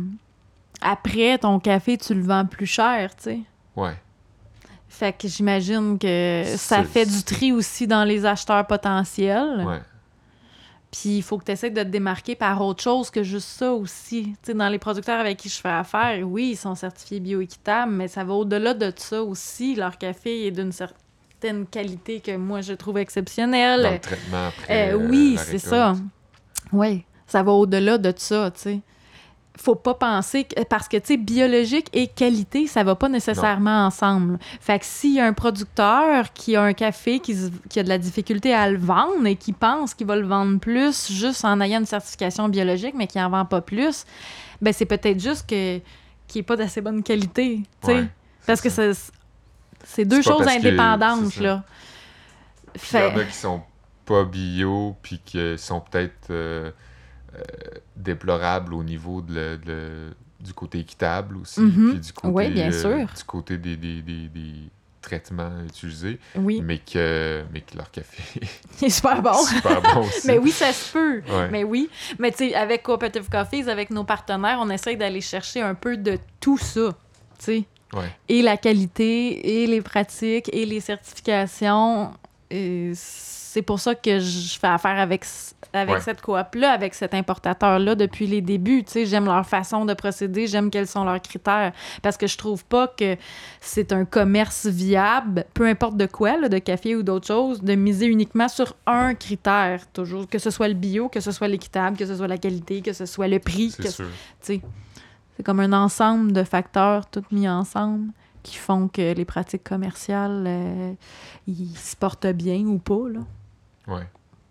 après, ton café, tu le vends plus cher, tu sais. ouais. Fait que j'imagine que ça C'est- fait du tri aussi dans les acheteurs potentiels. Ouais. Puis il faut que tu essaies de te démarquer par autre chose que juste ça aussi. Tu sais, dans les producteurs avec qui je fais affaire, oui, ils sont certifiés bioéquitables, mais ça va au-delà de ça aussi. Leur café est d'une certaine qualité que moi, je trouve exceptionnelle. Dans le traitement après Euh, oui, la c'est récolte. ça. Oui, ça va au-delà de ça, tu sais. Faut pas penser que, parce que tu sais biologique et qualité ça va pas nécessairement ensemble. Fait que s'il y a un producteur qui a un café qui, se- qui a de la difficulté à le vendre et qui pense qu'il va le vendre plus juste en ayant une certification biologique mais qui en vend pas plus, ben c'est peut-être juste que qu'il est pas d'assez bonne qualité, tu sais. Ouais, Parce que ça. c'est c'est deux C'est pas choses parce que- indépendantes c'est ça. là. Puis il y en Fait a qui sont pas bio, puis qui sont peut-être euh, euh, déplorables au niveau de le- de le- du côté équitable aussi, Mhm. puis du côté, Oui, bien sûr. du côté des, des, des, des traitements utilisés, oui, mais que, mais que leur café il est super bon. est super bon aussi. Mais oui, ça se peut. Ouais. Mais oui. Mais tu sais, avec Cooperative Coffees, avec nos partenaires, on essaye d'aller chercher un peu de tout ça. Tu sais. Ouais. Et la qualité, et les pratiques, et les certifications. Et c'est pour ça que je fais affaire avec, avec Ouais. cette coop-là, avec cet importateur-là depuis les débuts. Tu sais, j'aime leur façon de procéder, j'aime quels sont leurs critères. Parce que je trouve pas que c'est un commerce viable, peu importe de quoi, là, de café ou d'autre chose, de miser uniquement sur un critère, toujours. Que ce soit le bio, que ce soit l'équitable, que ce soit la qualité, que ce soit le prix. C'est que sûr. tu sais, c'est comme un ensemble de facteurs, tous mis ensemble, qui font que les pratiques commerciales, euh, ils se portent bien ou pas, là. Ouais.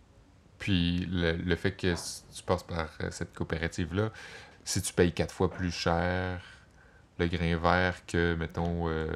Puis le, le fait que s- tu passes par euh, cette coopérative-là, si tu payes quatre fois plus cher le grain vert que, mettons, euh,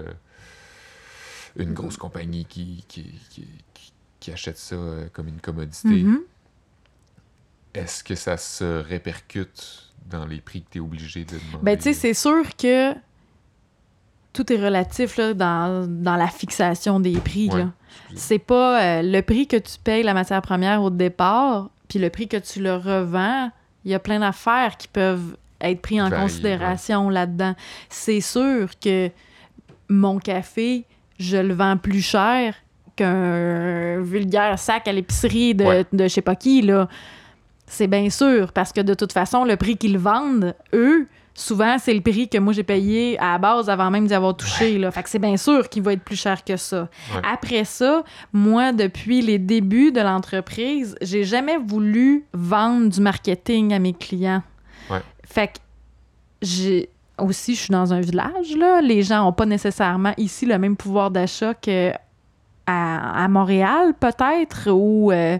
une grosse compagnie qui, qui, qui, qui- qui achète ça euh, comme une commodité, Mhm. est-ce que ça se répercute dans les prix que tu es obligé de demander? Ben, tu sais, c'est sûr que tout est relatif là, dans, dans la fixation des prix. Ouais, Là. C'est pas euh, le prix que tu payes la matière première au départ, puis le prix que tu le revends. Il y a plein d'affaires qui peuvent être prises en Varier, considération ouais. là-dedans. C'est sûr que mon café, je le vends plus cher qu'un vulgaire sac à l'épicerie de, ouais. de je sais pas qui, là. C'est bien sûr, parce que de toute façon, le prix qu'ils vendent, eux, souvent, c'est le prix que moi, j'ai payé à la base avant même d'y avoir touché. Ouais. Là. Fait que c'est bien sûr qu'il va être plus cher que ça. Ouais. Après ça, moi, depuis les débuts de l'entreprise, j'ai jamais voulu vendre du marketing à mes clients. Ouais. Fait que j'ai... Aussi, je suis dans un village, là. Les gens n'ont pas nécessairement ici le même pouvoir d'achat qu'à à Montréal, peut-être, ou... Euh,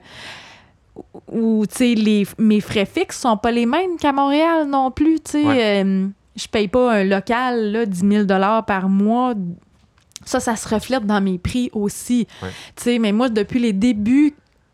ou tu sais les mes frais fixes sont pas les mêmes qu'à Montréal non plus, tu sais ouais. euh, je paye pas un local là dix mille dollars par mois. Ça ça se reflète dans mes prix aussi. Ouais. Tu sais mais moi depuis les débuts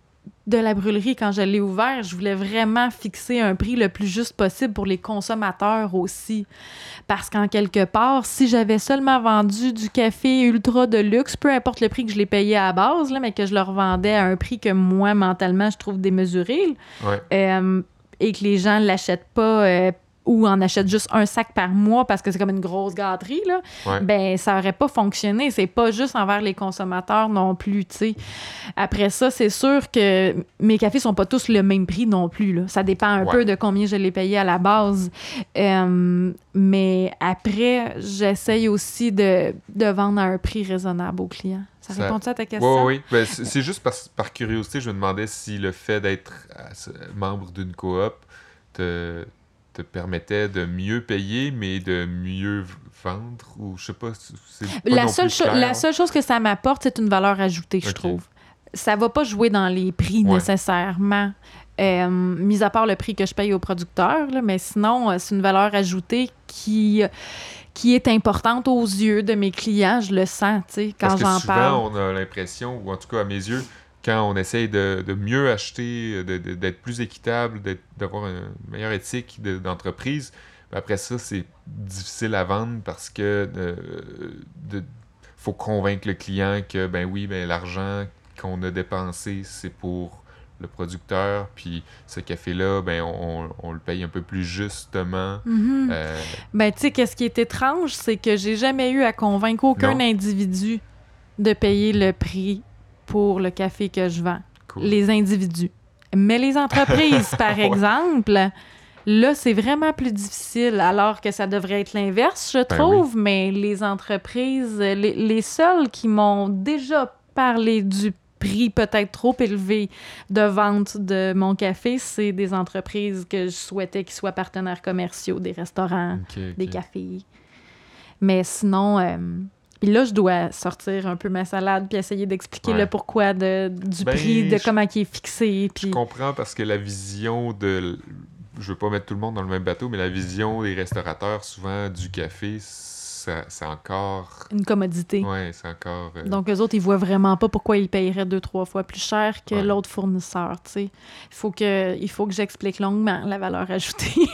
de la brûlerie, quand je l'ai ouvert, je voulais vraiment fixer un prix le plus juste possible pour les consommateurs aussi. Parce qu'en quelque part, si j'avais seulement vendu du café ultra de luxe, peu importe le prix que je l'ai payé à la base, là, mais que je le revendais à un prix que moi, mentalement, je trouve démesuré, ouais. euh, et que les gens ne l'achètent pas euh, ou en achètent juste un sac par mois parce que c'est comme une grosse gâterie, là, ouais. ben ça aurait pas fonctionné. C'est pas juste envers les consommateurs non plus, tu sais. Après ça, c'est sûr que mes cafés sont pas tous le même prix non plus, là. Ça dépend un ouais. peu de combien je l'ai payé à la base. Euh, mais après, j'essaye aussi de, de vendre à un prix raisonnable aux clients. Ça, ça... répond-tu à ta question? Oui, oui. Ben, c'est, c'est juste par, par curiosité, je me demandais si le fait d'être membre d'une coop te... te permettait de mieux payer, mais de mieux vendre, ou je sais pas, c'est pas la non seule plus cho- clair. La seule chose que ça m'apporte, c'est une valeur ajoutée, je okay. trouve. Ça va pas jouer dans les prix ouais. nécessairement, euh, mis à part le prix que je paye au producteur, là, mais sinon, c'est une valeur ajoutée qui... qui est importante aux yeux de mes clients, je le sens, tu sais, quand Parce que j'en souvent, parle. on a l'impression, ou en tout cas à mes yeux, quand on essaye de, de mieux acheter, de, de, d'être plus équitable, d'être, d'avoir une meilleure éthique de, d'entreprise, après ça, c'est difficile à vendre parce que euh, de, faut convaincre le client que, ben oui, ben l'argent qu'on a dépensé, c'est pour le producteur, puis ce café-là, ben on, on le paye un peu plus justement. Mm-hmm. Euh... Ben, tu sais, qu'est-ce qui est étrange, c'est que j'ai jamais eu à convaincre aucun non. individu de payer le prix pour le café que je vends. Cool. Les individus. Mais les entreprises, par ouais. exemple, là, c'est vraiment plus difficile, alors que ça devrait être l'inverse, je trouve, ben oui. mais les entreprises, les, les seules qui m'ont déjà parlé du prix peut-être trop élevé de vente de mon café, c'est des entreprises que je souhaitais qu'ils soient partenaires commerciaux, des restaurants, okay, okay. des cafés. Mais sinon... Euh, Puis là, je dois sortir un peu ma salade puis essayer d'expliquer ouais. le pourquoi de, du ben, prix, de je, comment il est fixé. Puis... Je comprends parce que la vision de... Je veux pas mettre tout le monde dans le même bateau, mais la vision des restaurateurs, souvent, du café, ça, c'est encore... Une commodité. Oui, c'est encore... Euh... Donc, eux autres, ils voient vraiment pas pourquoi ils paieraient deux, trois fois plus cher que ouais. l'autre fournisseur, tu sais. Il faut que, il faut que j'explique longuement la valeur ajoutée.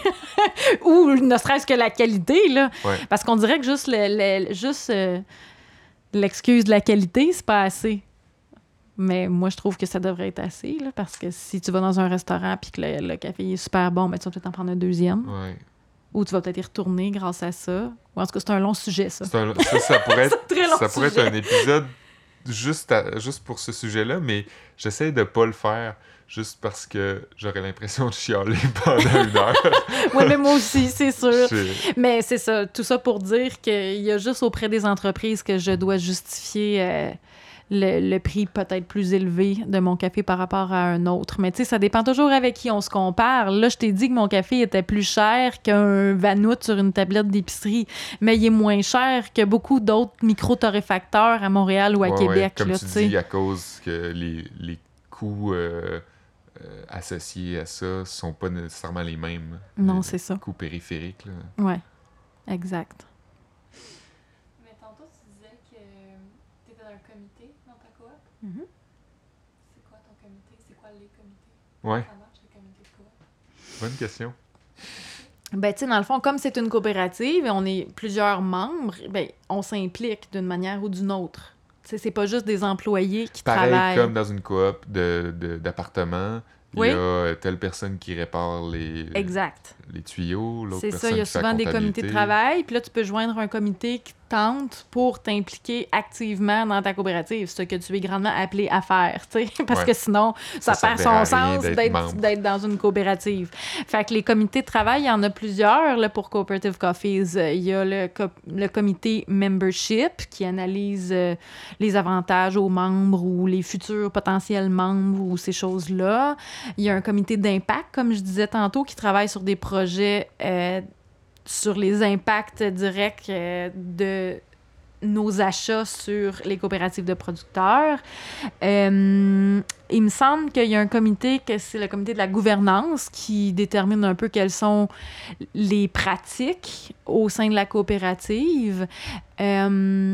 Ou ne serait-ce que la qualité, là. Ouais. Parce qu'on dirait que juste, le, le, juste euh, l'excuse de la qualité, c'est pas assez. Mais moi, je trouve que ça devrait être assez, là, parce que si tu vas dans un restaurant et que le, le café est super bon, ben, tu vas peut-être en prendre un deuxième. Ouais. Ou tu vas peut-être y retourner grâce à ça. Ou en tout cas, c'est un long sujet, ça. C'est un, ça, ça pourrait être, ça pourrait sujet. être un épisode juste, à, juste pour ce sujet-là, mais j'essaie de pas le faire juste parce que j'aurais l'impression de chialer pendant une heure. Oui, mais moi aussi, c'est sûr. Je... Mais c'est ça, tout ça pour dire qu'il y a juste auprès des entreprises que je dois justifier euh, le, le prix peut-être plus élevé de mon café par rapport à un autre. Mais tu sais, ça dépend toujours avec qui on se compare. Là, je t'ai dit que mon café était plus cher qu'un Vanout sur une tablette d'épicerie, mais il est moins cher que beaucoup d'autres micro-torréfacteurs à Montréal ou à ouais, Québec. Ouais, comme là, tu t'sais. dis, à cause que les, les coûts euh, euh, associés à ça sont pas nécessairement les mêmes. Non, les, c'est ça. Les coûts périphériques. Là. Oui, exact. Comité dans ta coop? Mm-hmm. C'est quoi ton comité? C'est quoi les comités? Ouais. Bonne question. Ben, tu sais, dans le fond, comme c'est une coopérative et on est plusieurs membres, ben, on s'implique d'une manière ou d'une autre. Tu sais, c'est pas juste des employés qui Pareil travaillent. comme dans une coop de, de, d'appartements, il Oui. y a telle personne qui répare les, Exact. les tuyaux, l'autre C'est personne ça, il y a qui fait la souvent des comités de comptabilité. travail, puis là, tu peux joindre un comité qui tente pour t'impliquer activement dans ta coopérative, ce que tu es grandement appelé à faire, tu sais, parce Ouais. que sinon, ça, Ça perd servirait à son rien sens d'être d'être, membre. d'être dans une coopérative. Fait que les comités de travail, il y en a plusieurs là, pour Cooperative Coffees. Il y a le, co- le comité Membership qui analyse euh, les avantages aux membres ou les futurs potentiels membres ou ces choses-là. Il y a un comité d'impact, comme je disais tantôt, qui travaille sur des projets euh, sur les impacts directs euh, de nos achats sur les coopératives de producteurs. Euh, il me semble qu'il y a un comité, que c'est le comité de la gouvernance, qui détermine un peu quelles sont les pratiques au sein de la coopérative. Euh,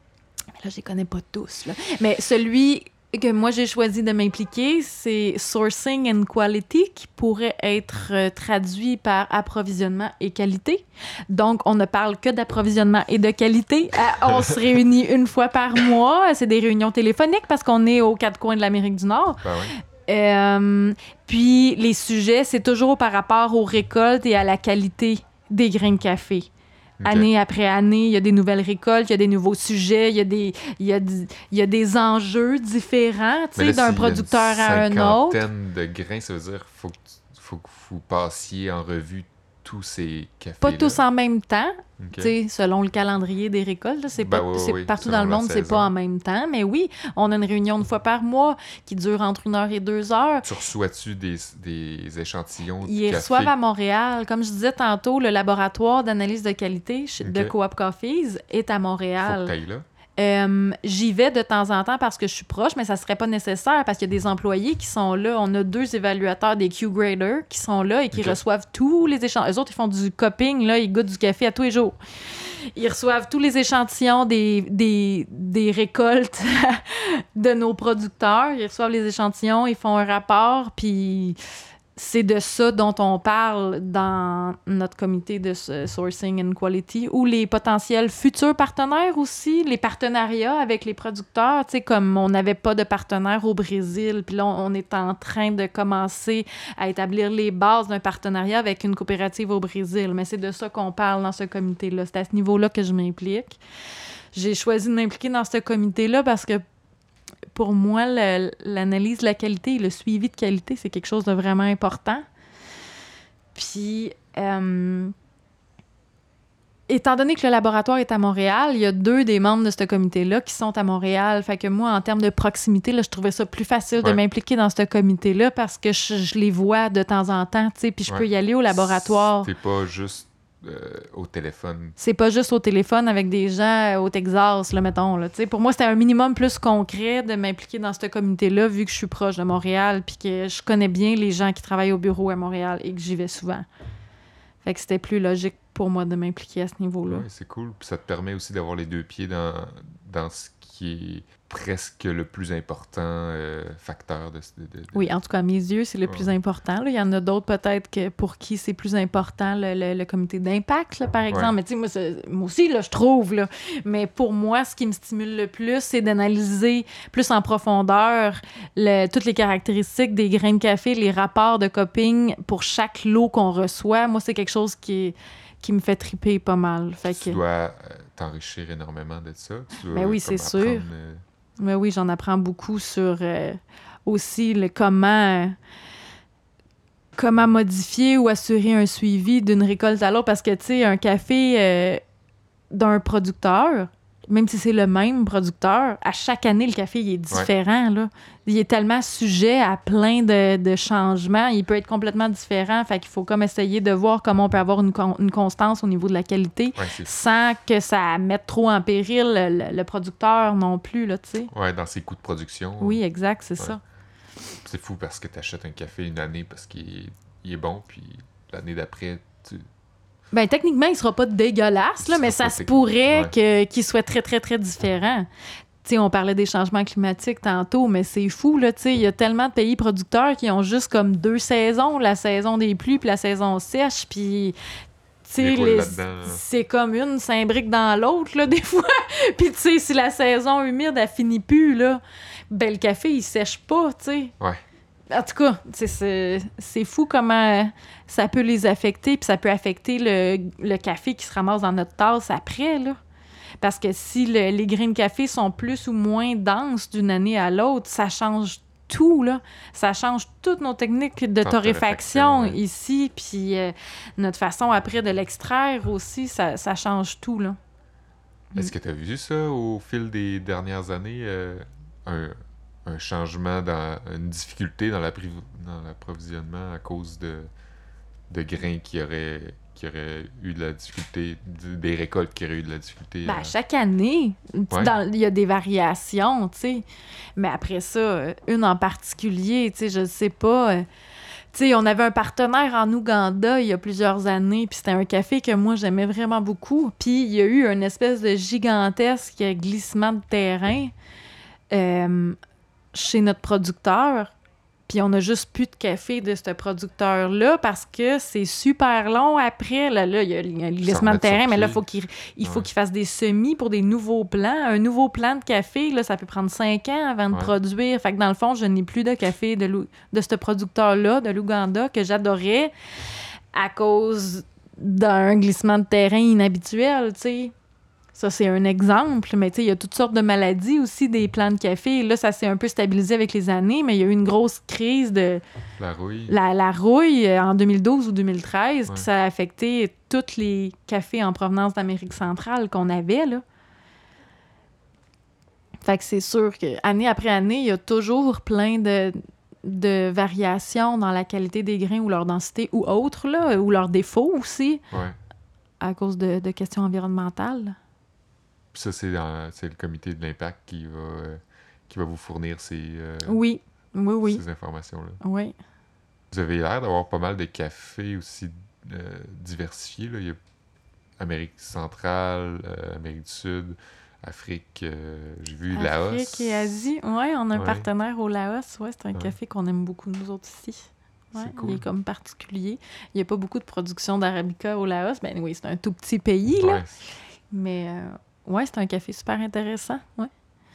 là, je les connais pas tous, là. Mais celui que moi j'ai choisi de m'impliquer, c'est Sourcing and Quality, qui pourrait être euh, traduit par approvisionnement et qualité. Donc, on ne parle que d'approvisionnement et de qualité. Euh, on se réunit une fois par mois. C'est des réunions téléphoniques parce qu'on est aux quatre coins de l'Amérique du Nord. Ben ouais. Euh, puis, les sujets, c'est toujours par rapport aux récoltes et à la qualité des grains de café. Ok. Année après année, il y a des nouvelles récoltes, il y a des nouveaux sujets, il y a des, il y a, di- il y a des enjeux différents, tu Mais sais, là, d'un s'il y a une producteur à un autre. cinquantaine de grains, ça veut dire qu'il faut, que tu- faut que vous passiez en revue tous ces cafés. Pas tous en même temps, Okay. tu sais, selon le calendrier des récoltes. Là, c'est Ben pas, oui, c'est oui, partout selon dans le la monde, c'est saison. pas en même temps. Mais oui, on a une réunion une fois par mois qui dure entre une heure et deux heures. Tu reçois-tu des, des échantillons de Ils café? reçoivent à Montréal. Comme je disais tantôt, le laboratoire d'analyse de qualité chez- de Ok. Coop Coffees est à Faut que Montréal. t'ailles là. Euh, j'y vais de temps en temps parce que je suis proche, mais ça serait pas nécessaire parce qu'il y a des employés qui sont là. On a deux évaluateurs, des Q-graders, qui sont là et qui Ok. reçoivent tous les échantillons. Eux autres, ils font du cupping, là, ils goûtent du café à tous les jours. Ils reçoivent tous les échantillons des, des, des récoltes de nos producteurs. Ils reçoivent les échantillons, ils font un rapport, puis c'est de ça dont on parle dans notre comité de s- Sourcing and Quality, ou les potentiels futurs partenaires aussi, les partenariats avec les producteurs. Tu sais, comme on n'avait pas de partenaire au Brésil, puis là, on est en train de commencer à établir les bases d'un partenariat avec une coopérative au Brésil. Mais c'est de ça qu'on parle dans ce comité-là. C'est à ce niveau-là que je m'implique. J'ai choisi de m'impliquer dans ce comité-là parce que pour moi, le- l'analyse de la qualité et le suivi de qualité, c'est quelque chose de vraiment important. Puis, euh, étant donné que le laboratoire est à Montréal, il y a deux des membres de ce comité-là qui sont à Montréal. Fait que moi, en termes de proximité, là, je trouvais ça plus facile de Ouais. m'impliquer dans ce comité-là parce que je, je les vois de temps en temps, tu sais, puis je Ouais. peux y aller au laboratoire. T'es pas juste euh, au téléphone. C'est pas juste au téléphone avec des gens euh, au Texas, là, mettons. Là. Tu sais, pour moi, c'était un minimum plus concret de m'impliquer dans ce comité-là, vu que je suis proche de Montréal, puis que je connais bien les gens qui travaillent au bureau à Montréal et que j'y vais souvent. Fait que c'était plus logique pour moi de m'impliquer à ce niveau-là. Ouais, c'est cool. Puis ça te permet aussi d'avoir les deux pieds dans, dans ce qui est presque le plus important euh, facteur de, de, de- Oui, en tout cas, à mes yeux, c'est le Ouais. plus important. Là. Il y en a d'autres peut-être que pour qui c'est plus important, le, le- le comité d'impact, là, par exemple. Ouais. Mais tu sais, moi, c'est- moi aussi, là, je trouve. Là. Mais pour moi, ce qui me stimule le plus, c'est d'analyser plus en profondeur le- toutes les caractéristiques des grains de café, les rapports de cupping pour chaque lot qu'on reçoit. Moi, c'est quelque chose qui, est- qui me fait triper pas mal. Fait Tu que, dois euh, t'enrichir énormément de ça. Tu dois, Ben oui, comme, c'est sûr. apprendre, euh, mais oui, j'en apprends beaucoup sur euh, aussi le comment, comment modifier ou assurer un suivi d'une récolte à l'autre. Parce que, tu sais, un café euh, d'un producteur, même si c'est le même producteur, à chaque année, le café il est différent. Là. Il est tellement sujet à plein de, de changements. Il peut être complètement différent. Fait qu'il faut comme essayer de voir comment on peut avoir une, con- une constance au niveau de la qualité Ouais, c'est sans que ça mette trop en péril le, le producteur non plus, là, tu sais. ouais, dans ses coûts de production. Oui, exact, c'est Ouais. ça. C'est fou parce que tu achètes un café une année parce qu'il est, il est bon, puis l'année d'après, tu... Ben, techniquement, il sera pas dégueulasse, là, Il mais sera ça pas se tec- pourrait ouais. que, qu'il soit très, très, très différent. sais, on parlait des changements climatiques tantôt, mais c'est fou, là, tu sais, il y a tellement de pays producteurs qui ont juste comme deux saisons, la saison des pluies puis la saison sèche, puis... Les Les, là-dedans. c'est comme une s'imbrique dans l'autre, là, des fois. Puis, tu sais, si la saison humide, elle finit plus, là, ben le café, il sèche pas, tu sais. Ouais. En tout cas, c'est, c'est fou comment ça peut les affecter, puis ça peut affecter le, le café qui se ramasse dans notre tasse après, là. Parce que si le, les grains de café sont plus ou moins denses d'une année à l'autre, ça change tout, là. Ça change toutes nos techniques de torréfaction ouais. ici, puis euh, notre façon après de l'extraire aussi, ça, ça change tout, là. Est-ce que tu as vu ça au fil des dernières années, euh, un, un changement, dans une difficulté dans, l'appri- dans l'approvisionnement à cause de, de grains qui auraient, qui auraient eu de la difficulté, des récoltes qui auraient eu de la difficulté? Ben, à... chaque année, Ouais. dans- il y a des variations, tu sais. Mais après ça, une en particulier, tu sais, je sais pas... euh, Tu sais, on avait un partenaire en Ouganda il y a plusieurs années, puis c'était un café que moi, j'aimais vraiment beaucoup. Puis il y a eu une espèce de gigantesque glissement de terrain euh, chez notre producteur. Puis on a juste plus de café de ce producteur-là parce que c'est super long après. Là, là il y a un glissement de remettre sur terrain, mais là, pied. faut qu'il, il faut Ouais. qu'il fasse des semis pour des nouveaux plants. Un nouveau plant de café, là, ça peut prendre cinq ans avant de Ouais. produire. Fait que dans le fond, je n'ai plus de café de, l'Ou- de ce producteur-là, de l'Ouganda, que j'adorais à cause d'un glissement de terrain inhabituel, tu sais. Ça, c'est un exemple, mais tu sais, il y a toutes sortes de maladies aussi des plants de café. Là, ça s'est un peu stabilisé avec les années, mais il y a eu une grosse crise de La rouille? la, la rouille euh, en deux mille douze ou deux mille treize, Ouais. puis ça a affecté tous les cafés en provenance d'Amérique centrale qu'on avait, là. Fait que c'est sûr que année après année, il y a toujours plein de, de variations dans la qualité des grains ou leur densité ou autres, là, ou leurs défauts aussi, Ouais. à cause de, de questions environnementales. Puis ça, c'est, dans, c'est le comité de l'impact qui va, euh, qui va vous fournir ces, euh, Oui, oui, oui, ces informations-là. oui. Vous avez l'air d'avoir pas mal de cafés aussi euh, diversifiés. Là. Il y a Amérique centrale, euh, Amérique du Sud, Afrique, euh, j'ai vu Laos. Afrique et Asie, oui, on a un Ouais. partenaire au Laos, ouais, c'est un Ouais. café qu'on aime beaucoup, nous autres ici. Ouais, C'est cool. il est comme particulier. Il n'y a pas beaucoup de production d'arabica au Laos. Ben oui, c'est un tout petit pays, là. Ouais. Mais euh, ouais, c'est un café super intéressant. Ouais.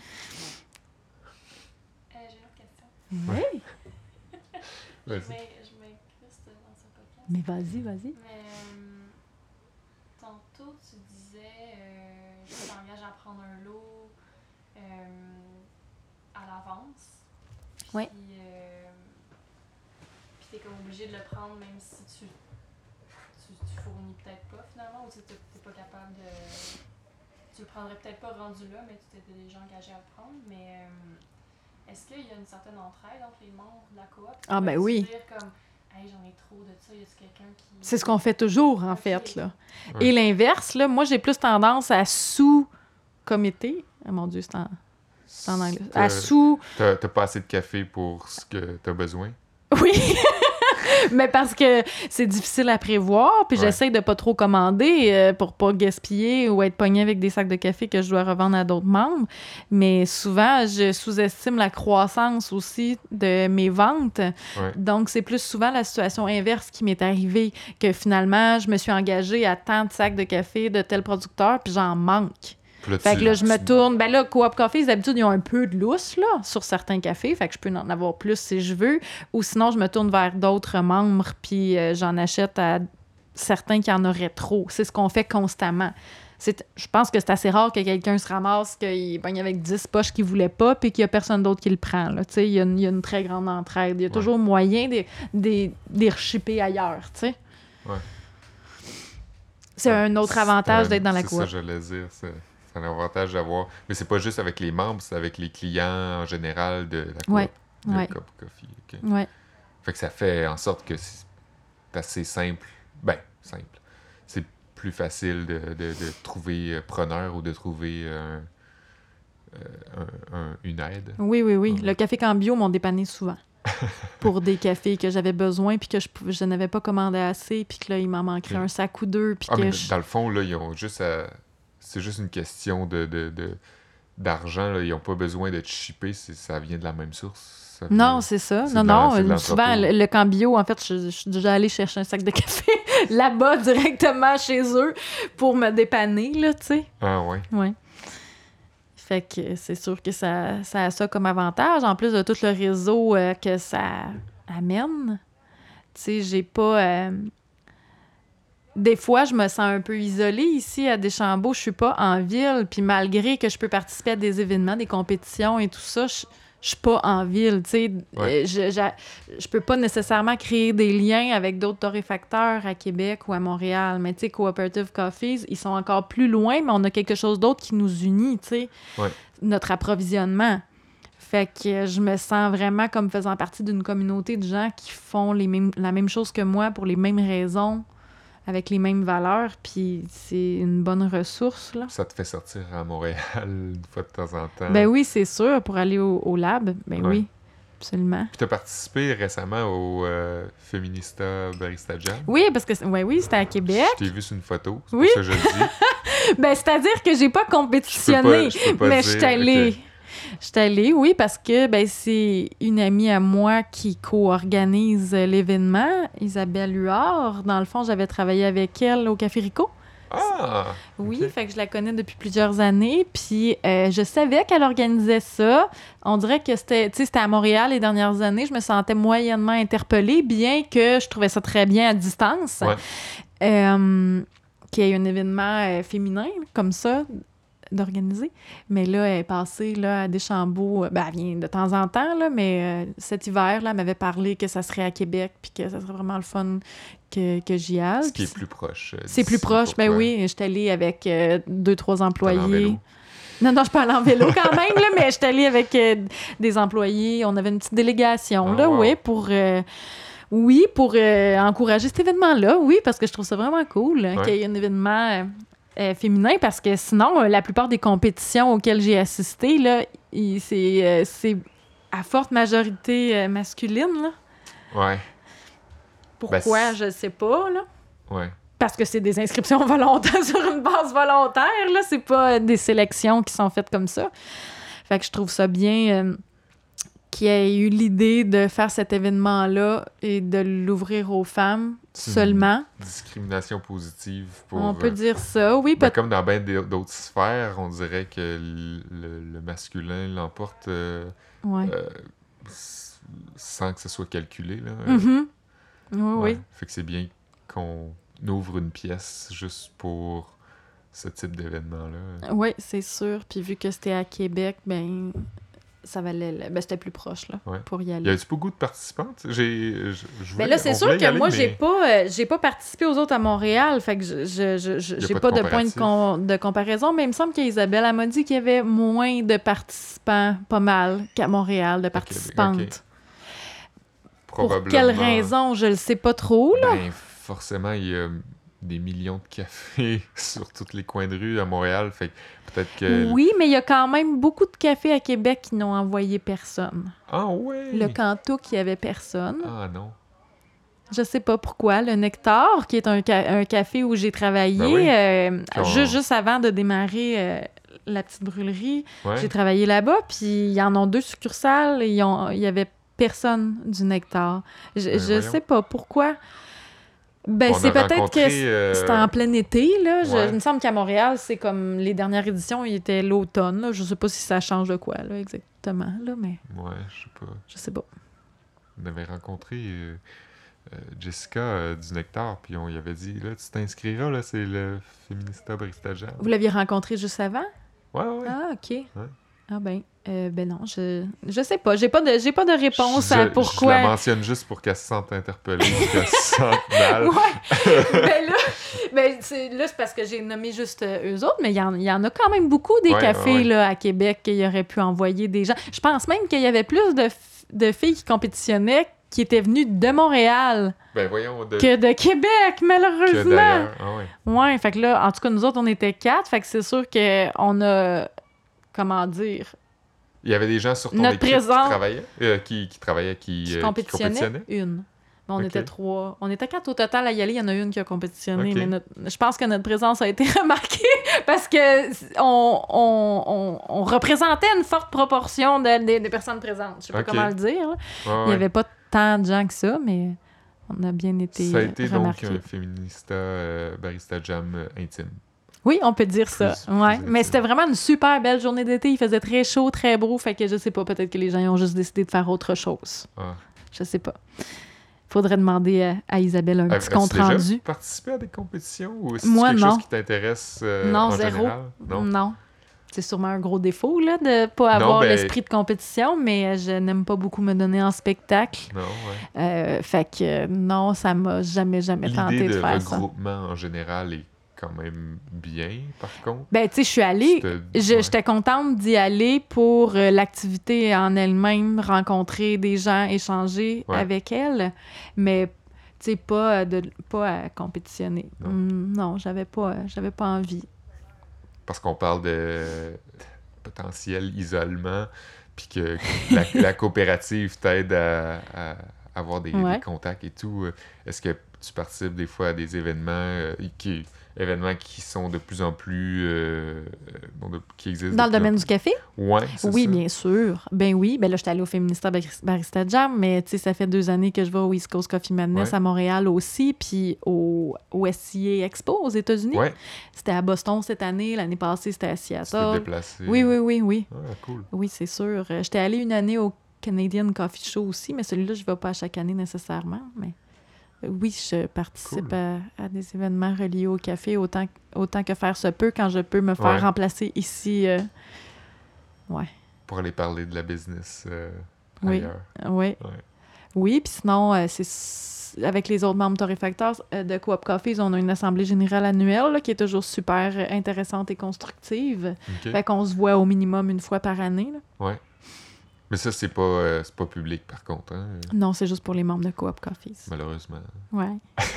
Euh, j'ai une autre question. Oui. Vas-y. Mais je m'incruste dans ce podcast. Mais vas-y, vas-y. Mais euh, tantôt, tu disais euh, tu t'engages à prendre un lot euh, à l'avance. Puis, Ouais. euh, puis t'es comme obligé de le prendre même si tu, tu, tu fournis peut-être pas finalement, ou tu t'es t'es pas capable de... Tu le prendrais peut-être pas rendu là, mais tu t'étais déjà engagé à le prendre. Mais euh, est-ce qu'il y a une certaine entraide entre les membres de la coop? Ah, ben Peux-tu oui. dire comme, hey, j'en ai trop de ça, y a-tu quelqu'un qui... C'est ce qu'on fait toujours, en Ok. fait, là. Ouais. Et l'inverse, là, moi, j'ai plus tendance à sous-comité. Ah, mon Dieu, c'est en, c'est en anglais. T'as- À sous... T'as, t'as pas assez de café pour ce que t'as besoin? Oui! Mais parce que c'est difficile à prévoir, puis Ouais. j'essaie de pas trop commander euh, pour pas gaspiller ou être pogné avec des sacs de café que je dois revendre à d'autres membres. Mais souvent, je sous-estime la croissance aussi de mes ventes. Ouais. Donc, c'est plus souvent la situation inverse qui m'est arrivée, que finalement, je me suis engagée à tant de sacs de café de tel producteur, puis j'en manque. Puis là, Fait tu- que là, je me tu- tourne. Ben là, Coop Coffee, d'habitude, ils ont un peu de lousse, là, sur certains cafés. Fait que je peux en avoir plus si je veux. Ou sinon, je me tourne vers d'autres membres, puis euh, j'en achète à certains qui en auraient trop. C'est ce qu'on fait constamment. C'est, je pense que c'est assez rare que quelqu'un se ramasse qu'il pogne avec dix poches qu'il voulait pas, puis qu'il y a personne d'autre qui le prend, là. Tu sais, il y, a une- il y a une très grande entraide. Il y a Ouais. toujours moyen de de- de reshipper ailleurs, tu sais. Ouais. C'est Ouais. un autre C'est avantage un- d'être dans la C'est coop. ça, j'allais dire. C'est, c'est un avantage d'avoir... Mais c'est pas juste avec les membres, c'est avec les clients en général de la coop. Ouais. de Ouais. Coop Coffee. OK. Ouais. Fait que ça fait en sorte que c'est assez simple. Ben, simple. C'est plus facile de, de, de trouver euh, preneur ou de trouver euh, euh, un- un- une aide. Oui, oui, oui. Ouais. Le café Cambio m'ont dépanné souvent. Pour des cafés que j'avais besoin, puis que je, pouvais- je n'avais pas commandé assez, puis que là, il m'en manquerait Ok. un sac ou deux, puis Ah, que mais je... dans le fond, là, ils ont juste à... C'est juste une question de, de, de, d'argent, là, ils n'ont pas besoin de te shipper, c'est, ça vient de la même source. Ça Non, vient- c'est ça. c'est Non, de la- non. c'est de euh, souvent, l'entrepôt. le, le camp bio, en fait, je, je suis déjà allée chercher un sac de café là-bas directement chez eux pour me dépanner, là, tu sais. Ah ouais. Ouais. Fait que c'est sûr que ça, ça a ça comme avantage, en plus de tout le réseau euh, que ça amène. Tu sais, j'ai pas... euh, Des fois, je me sens un peu isolée ici à Deschambault. Je suis pas en ville, puis malgré que je peux participer à des événements, des compétitions et tout ça, je je suis pas en ville, tu sais. Ouais. Euh, Je, j'a- je peux pas nécessairement créer des liens avec d'autres torréfacteurs à Québec ou à Montréal. Mais tu sais, Cooperative Coffees, ils sont encore plus loin, mais on a quelque chose d'autre qui nous unit, tu sais. Ouais. Notre approvisionnement. Fait que je me sens vraiment comme faisant partie d'une communauté de gens qui font les mêmes, la même chose que moi pour les mêmes raisons, avec les mêmes valeurs, puis c'est une bonne ressource, là. Ça te fait sortir à Montréal une fois de temps en temps. Ben oui, c'est sûr, pour aller au, au lab, ben Ouais. oui, absolument. Puis tu as participé récemment au euh, Feminista Barista Jam. Oui, parce que, ouais, oui, c'était à Québec. Je t'ai vu sur une photo, c'est Oui. pour ça que je le dis. Ben, c'est-à-dire que j'ai pas compétitionné, Je peux pas- je peux pas mais dire, je suis allée. ok. Je suis allée, oui, parce que ben, c'est une amie à moi qui co-organise l'événement, Isabelle Huard. Dans le fond, j'avais travaillé avec elle au Café Rico. Ah! Oui, Ok. fait que je la connais depuis plusieurs années. Puis euh, je savais qu'elle organisait ça. On dirait que c'était, tu sais, c'était à Montréal les dernières années. Je me sentais moyennement interpellée, bien que je trouvais ça très bien à distance. Ouais. Euh, qu'il y ait un événement euh, féminin comme ça d'organiser. Mais là, elle est passée là, à Deschambault. Ben, elle vient de temps en temps, là, mais euh, cet hiver, là, elle m'avait parlé que ça serait à Québec puis que ça serait vraiment le fun que, que j'y aille. Ce qui est Puis plus proche. euh, c'est plus d'ici proche, pour ben toi. oui. J'étais allée avec euh, deux, trois T'allais en employés. vélo. Non, non, je peux aller en vélo quand même, là, mais j'étais allée avec euh, des employés. On avait une petite délégation, Ah, là, wow. oui, pour... euh, oui, pour euh, encourager cet événement-là, oui, parce que je trouve ça vraiment cool euh, Ouais. qu'il y ait un événement euh, euh, féminin, parce que sinon, euh, la plupart des compétitions auxquelles j'ai assisté, là, il- c'est euh, c'est à forte majorité euh, masculine, là. Ouais, Pourquoi, c'est- je sais pas, là. ouais. Parce que c'est des inscriptions volontaires sur une base volontaire, là. C'est pas euh, des sélections qui sont faites comme ça. Fait que je trouve ça bien euh, qu'il y ait eu l'idée de faire cet événement-là et de l'ouvrir aux femmes C'est une seulement. Discrimination positive pour... On peut euh, dire ça, oui. ben, peut- comme dans bien d'autres sphères, on dirait que le, le- le masculin l'emporte euh, Ouais. euh, s- sans que ce soit calculé. Là. Euh, Mhm. Oui, ouais. oui. Fait que c'est bien qu'on ouvre une pièce juste pour ce type d'événement-là. Oui, c'est sûr. Puis vu que c'était à Québec, ben ça valait... le- Ben, c'était plus proche, là, Ouais. pour y Y aller. a-tu beaucoup de participantes? J'ai, je, je Ben voulais- là, c'est on sûr voulait y que aller, moi, mais j'ai pas, euh, j'ai pas participé aux autres à Montréal, fait que je, je, je, je- Y a j'ai pas pas, de de point de, con- de comparaison, mais il me semble qu'Isabelle, elle m'a dit qu'il y avait moins de participants, pas mal, qu'à Montréal, de participantes. ok. Pour Probablement. quelle raison, je le sais pas trop, là. Ben, forcément, il y a des millions de cafés sur tous les coins de rue à Montréal. Fait que peut-être que. Oui, mais il y a quand même beaucoup de cafés à Québec qui n'ont envoyé personne. Ah ouais! Le Cantouk, il y avait personne. Ah non. Je sais pas pourquoi. Le Nectar, qui est un, ca- un café où j'ai travaillé, Ben oui. euh, Puis on- juste, juste avant de démarrer euh, la petite brûlerie, Ouais. j'ai travaillé là-bas, puis ils en ont deux succursales, et ils ont- il y avait personne du Nectar. Je, Ben je voyons. sais pas pourquoi. Ben, On c'est a peut-être rencontré, que c- euh, c'était en plein été, là. Je- ouais. il me semble qu'à Montréal, c'est comme les dernières éditions, il était l'automne, là. Je sais pas si ça change de quoi, là, exactement, là, mais Ouais, je sais pas. je sais pas. On avait rencontré euh, euh, Jessica euh, du Nectar, puis on y avait dit là, tu t'inscriras, là, c'est le Feminista Barista Jam. Vous l'aviez rencontré juste avant? Ouais, ouais. Ah, OK. Ah ben, euh, ben non, je je sais pas. J'ai pas de j'ai pas de réponse je, à Je la pourquoi. mentionne juste pour qu'elle se sente interpellée, qu'elle se sente mal. Ouais. ben là, ben c'est, là, c'est parce que j'ai nommé juste euh, eux autres, mais il y, en- il y en a quand même beaucoup des Ouais, cafés ouais, ouais. là, à Québec qui auraient pu envoyer des gens. Je pense même qu'il y avait plus de, f- de filles qui compétitionnaient qui étaient venues de Montréal Ben voyons, de... que de Québec, que malheureusement. d'ailleurs. Ah ouais. Ouais, fait que là, en tout cas, nous autres, on était quatre, fait que c'est sûr qu'on a, comment dire, Il y avait des gens sur ton Notre équipe présent- qui travaillaient, euh, qui, qui travaillaient, qui, qui euh, qui compétitionnait, compétitionnaient. une. Mais on Ok. était trois. On était quatre au total à y aller. Il y en a une qui a compétitionné. Ok. Mais notre- je pense que notre présence a été remarquée Parce que on, on, on, on représentait une forte proportion de, de, de personnes présentes. Je sais pas Ok. comment le dire. Là. Ouais, Il n'y ouais. avait pas tant de gens que ça, mais on a bien été Ça a été remarqués. donc un féminista euh, barista jam euh, intime. Oui, on peut dire ça. Plus- plus Ouais. intime. Mais c'était vraiment une super belle journée d'été. Il faisait très chaud, très beau. Fait que je sais pas, peut-être que les gens ont juste décidé de faire autre chose. Ah. Je sais pas. Faudrait demander à, à Isabelle un As- petit as-tu compte déjà rendu. participé à des compétitions ou est-ce Moi, quelque non. chose qui t'intéresse euh, Non, en zéro. général? Non. Non. C'est sûrement un gros défaut, là, de pas Non, avoir ben- l'esprit de compétition, mais euh, je n'aime pas beaucoup me donner en spectacle. Non, ouais. Euh, fait que euh, non, ça m'a jamais, jamais tenté L'idée de, de faire ça. regroupement en général est quand même bien, par contre. Ben, tu sais, je suis allée, C'était- je- ouais. j'étais contente d'y aller pour euh, l'activité en elle-même, rencontrer des gens, échanger Ouais. avec elles, mais tu sais, pas, de, pas à compétitionner. Non. Hum, non, j'avais pas, j'avais pas envie. Parce qu'on parle de potentiel isolement, puis que la, la coopérative t'aide à, à avoir des, Ouais. des contacts et tout. Est-ce que tu participes des fois à des événements euh, qui, événements qui sont de plus en plus... euh, bon, de- qui existent Dans de le plus en domaine plus? du café? Ouais, c'est Oui, ça. bien sûr. Ben oui, ben là, j'étais allée au Féminista Baris- Barista Jam, mais tu sais, ça fait deux années que je vais au East Coast Coffee Madness Ouais. à Montréal aussi, puis au, au S C A Expo aux États-Unis. Ouais, C'était à Boston cette année, l'année passée, c'était à tu t'es Seattle. déplacé. Oui, oui, oui, oui. Ah, cool. Oui, c'est sûr. Euh, J'étais allée une année au Canadian Coffee Show aussi, mais celui-là, je ne vais pas à chaque année nécessairement. Mais euh, oui, je participe Cool. à, à des événements reliés au café autant, autant que faire se peut quand je peux me faire Ouais. remplacer ici. euh, Ouais. Pour aller parler de la business euh, Oui. ailleurs. Oui. Ouais. Oui, puis sinon, euh, c'est s- avec les autres membres Torréfacteurs euh, de Coop Coffees, on a une assemblée générale annuelle là, qui est toujours super euh, intéressante et constructive. OK. Fait qu'on se voit au minimum une fois par année. Là. Ouais. Mais ça, c'est pas, euh, c'est pas public, par contre, hein, Non, c'est juste pour les membres de Coop Coffees. malheureusement. Ouais.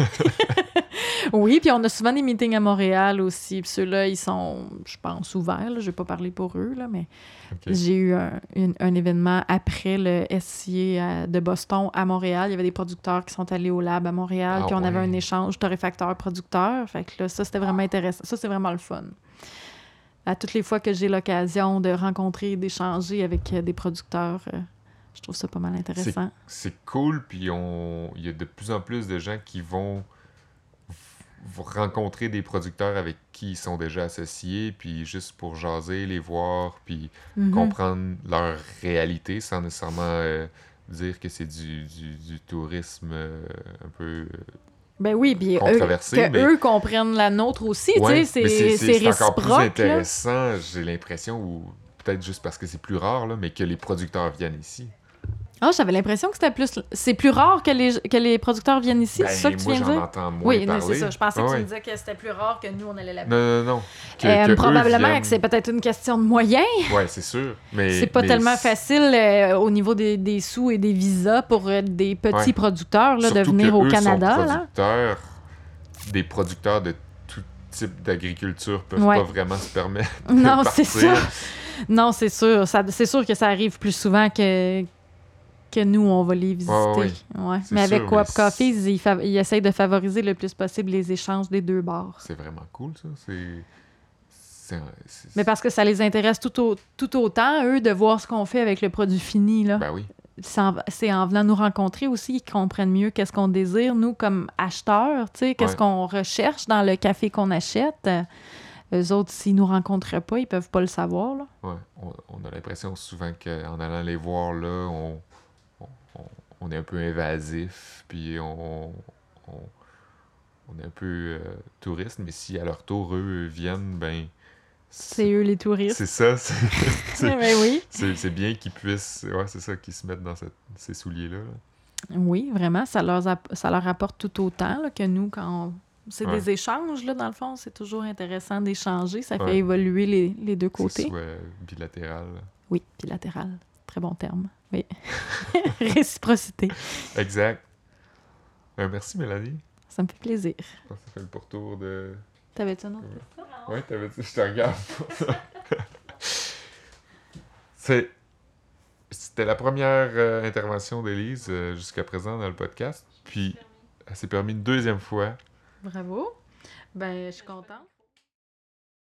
Oui, puis on a souvent des meetings à Montréal aussi. Puis ceux-là, ils sont, je pense, ouverts. Là. Je vais pas parler pour eux, là, mais OK. j'ai eu un, une- un événement après le S C A à- de Boston à Montréal. Il y avait des producteurs qui sont allés au lab à Montréal, Ah puis on avait ouais. un échange torréfacteur-producteur. Fait que là, ça, c'était vraiment intéressant. Ça, c'est vraiment le fun. À toutes les fois que j'ai l'occasion de rencontrer et d'échanger avec euh, des producteurs, euh, je trouve ça pas mal intéressant. C'est cool, puis on... il y a de plus en plus de gens qui vont v- rencontrer des producteurs avec qui ils sont déjà associés, puis juste pour jaser, les voir, puis Mhm. comprendre leur réalité sans nécessairement euh, dire que c'est du, du, du tourisme euh, un peu... euh, Ben oui, puis eux, Controversé, que mais- eux comprennent la nôtre aussi, Ouais, tu sais, mais c'est c'est encore plus réciproque, là. intéressant, j'ai l'impression, ou peut-être juste parce que c'est plus rare, là, mais que les producteurs viennent ici. Ah, j'avais l'impression que c'était plus... C'est plus rare que les, que les producteurs viennent ici, Ben, c'est ça que tu moi, viens de j'en dire? entends moins Oui, non, parler. c'est ça. Je pensais Ah que tu ouais. me disais que c'était plus rare que nous, on allait là-bas. Non, non, non. Que- Euh, que eux probablement viennent- que c'est peut-être une question de moyens. Ouais, c'est sûr. Mais, C'est pas mais tellement c'est- facile euh, au niveau des, des sous et des visas pour euh, des petits Ouais. producteurs là, de Surtout venir que au eux Canada. sont Là. producteurs, des producteurs de tout type d'agriculture peuvent Ouais. pas vraiment se permettre de Non, c'est partir. ça. Non, c'est sûr. Ça, c'est sûr que ça arrive plus souvent que, que nous, on va les visiter. Ouais, Ouais. C'est Mais avec sûr, Coop mais Coffees, ils, fav- ils essayent de favoriser le plus possible les échanges des deux bords. C'est vraiment cool, ça. C'est... c'est- c'est- Mais parce que ça les intéresse tout, au- tout autant, eux, de voir ce qu'on fait avec le produit fini. Là. Ben oui. C'est en, c'est en venant nous rencontrer aussi qu'ils comprennent mieux qu'est-ce qu'on désire, nous, comme acheteurs, tu sais, qu'est-ce Ouais. qu'on recherche dans le café qu'on achète. Euh, eux autres, s'ils nous rencontreraient pas, ils peuvent pas le savoir, là. Ouais. On, on a l'impression souvent qu'en allant les voir là, on, on, on- on est un peu invasif, puis on, on, on est un peu euh, touriste, mais si à leur tour, eux viennent, ben... C'est eux les touristes. C'est ça, c'est, c'est, Mais oui. c'est, c'est bien qu'ils puissent, ouais, c'est ça, qu'ils se mettent dans cette- ces souliers-là. là. Oui, vraiment, ça leur, app- ça leur apporte tout autant là, que nous quand on... C'est Ouais. des échanges, là, dans le fond. C'est toujours intéressant d'échanger. Ça fait Ouais. évoluer les, les deux Que côtés. ce soit bilatéral. Oui, bilatéral. Très bon terme. Oui. Réciprocité. Exact. Euh, merci, Mélanie. Ça me fait plaisir. Je pense que ça fait le pourtour de... T'avais-tu un autre? Ouais, t'avais dit, je te regarde pour ça. C'est... C'était la première euh, intervention d'Élise euh, jusqu'à présent dans le podcast. Puis, elle s'est permis une deuxième fois. Bravo. Ben, je suis contente.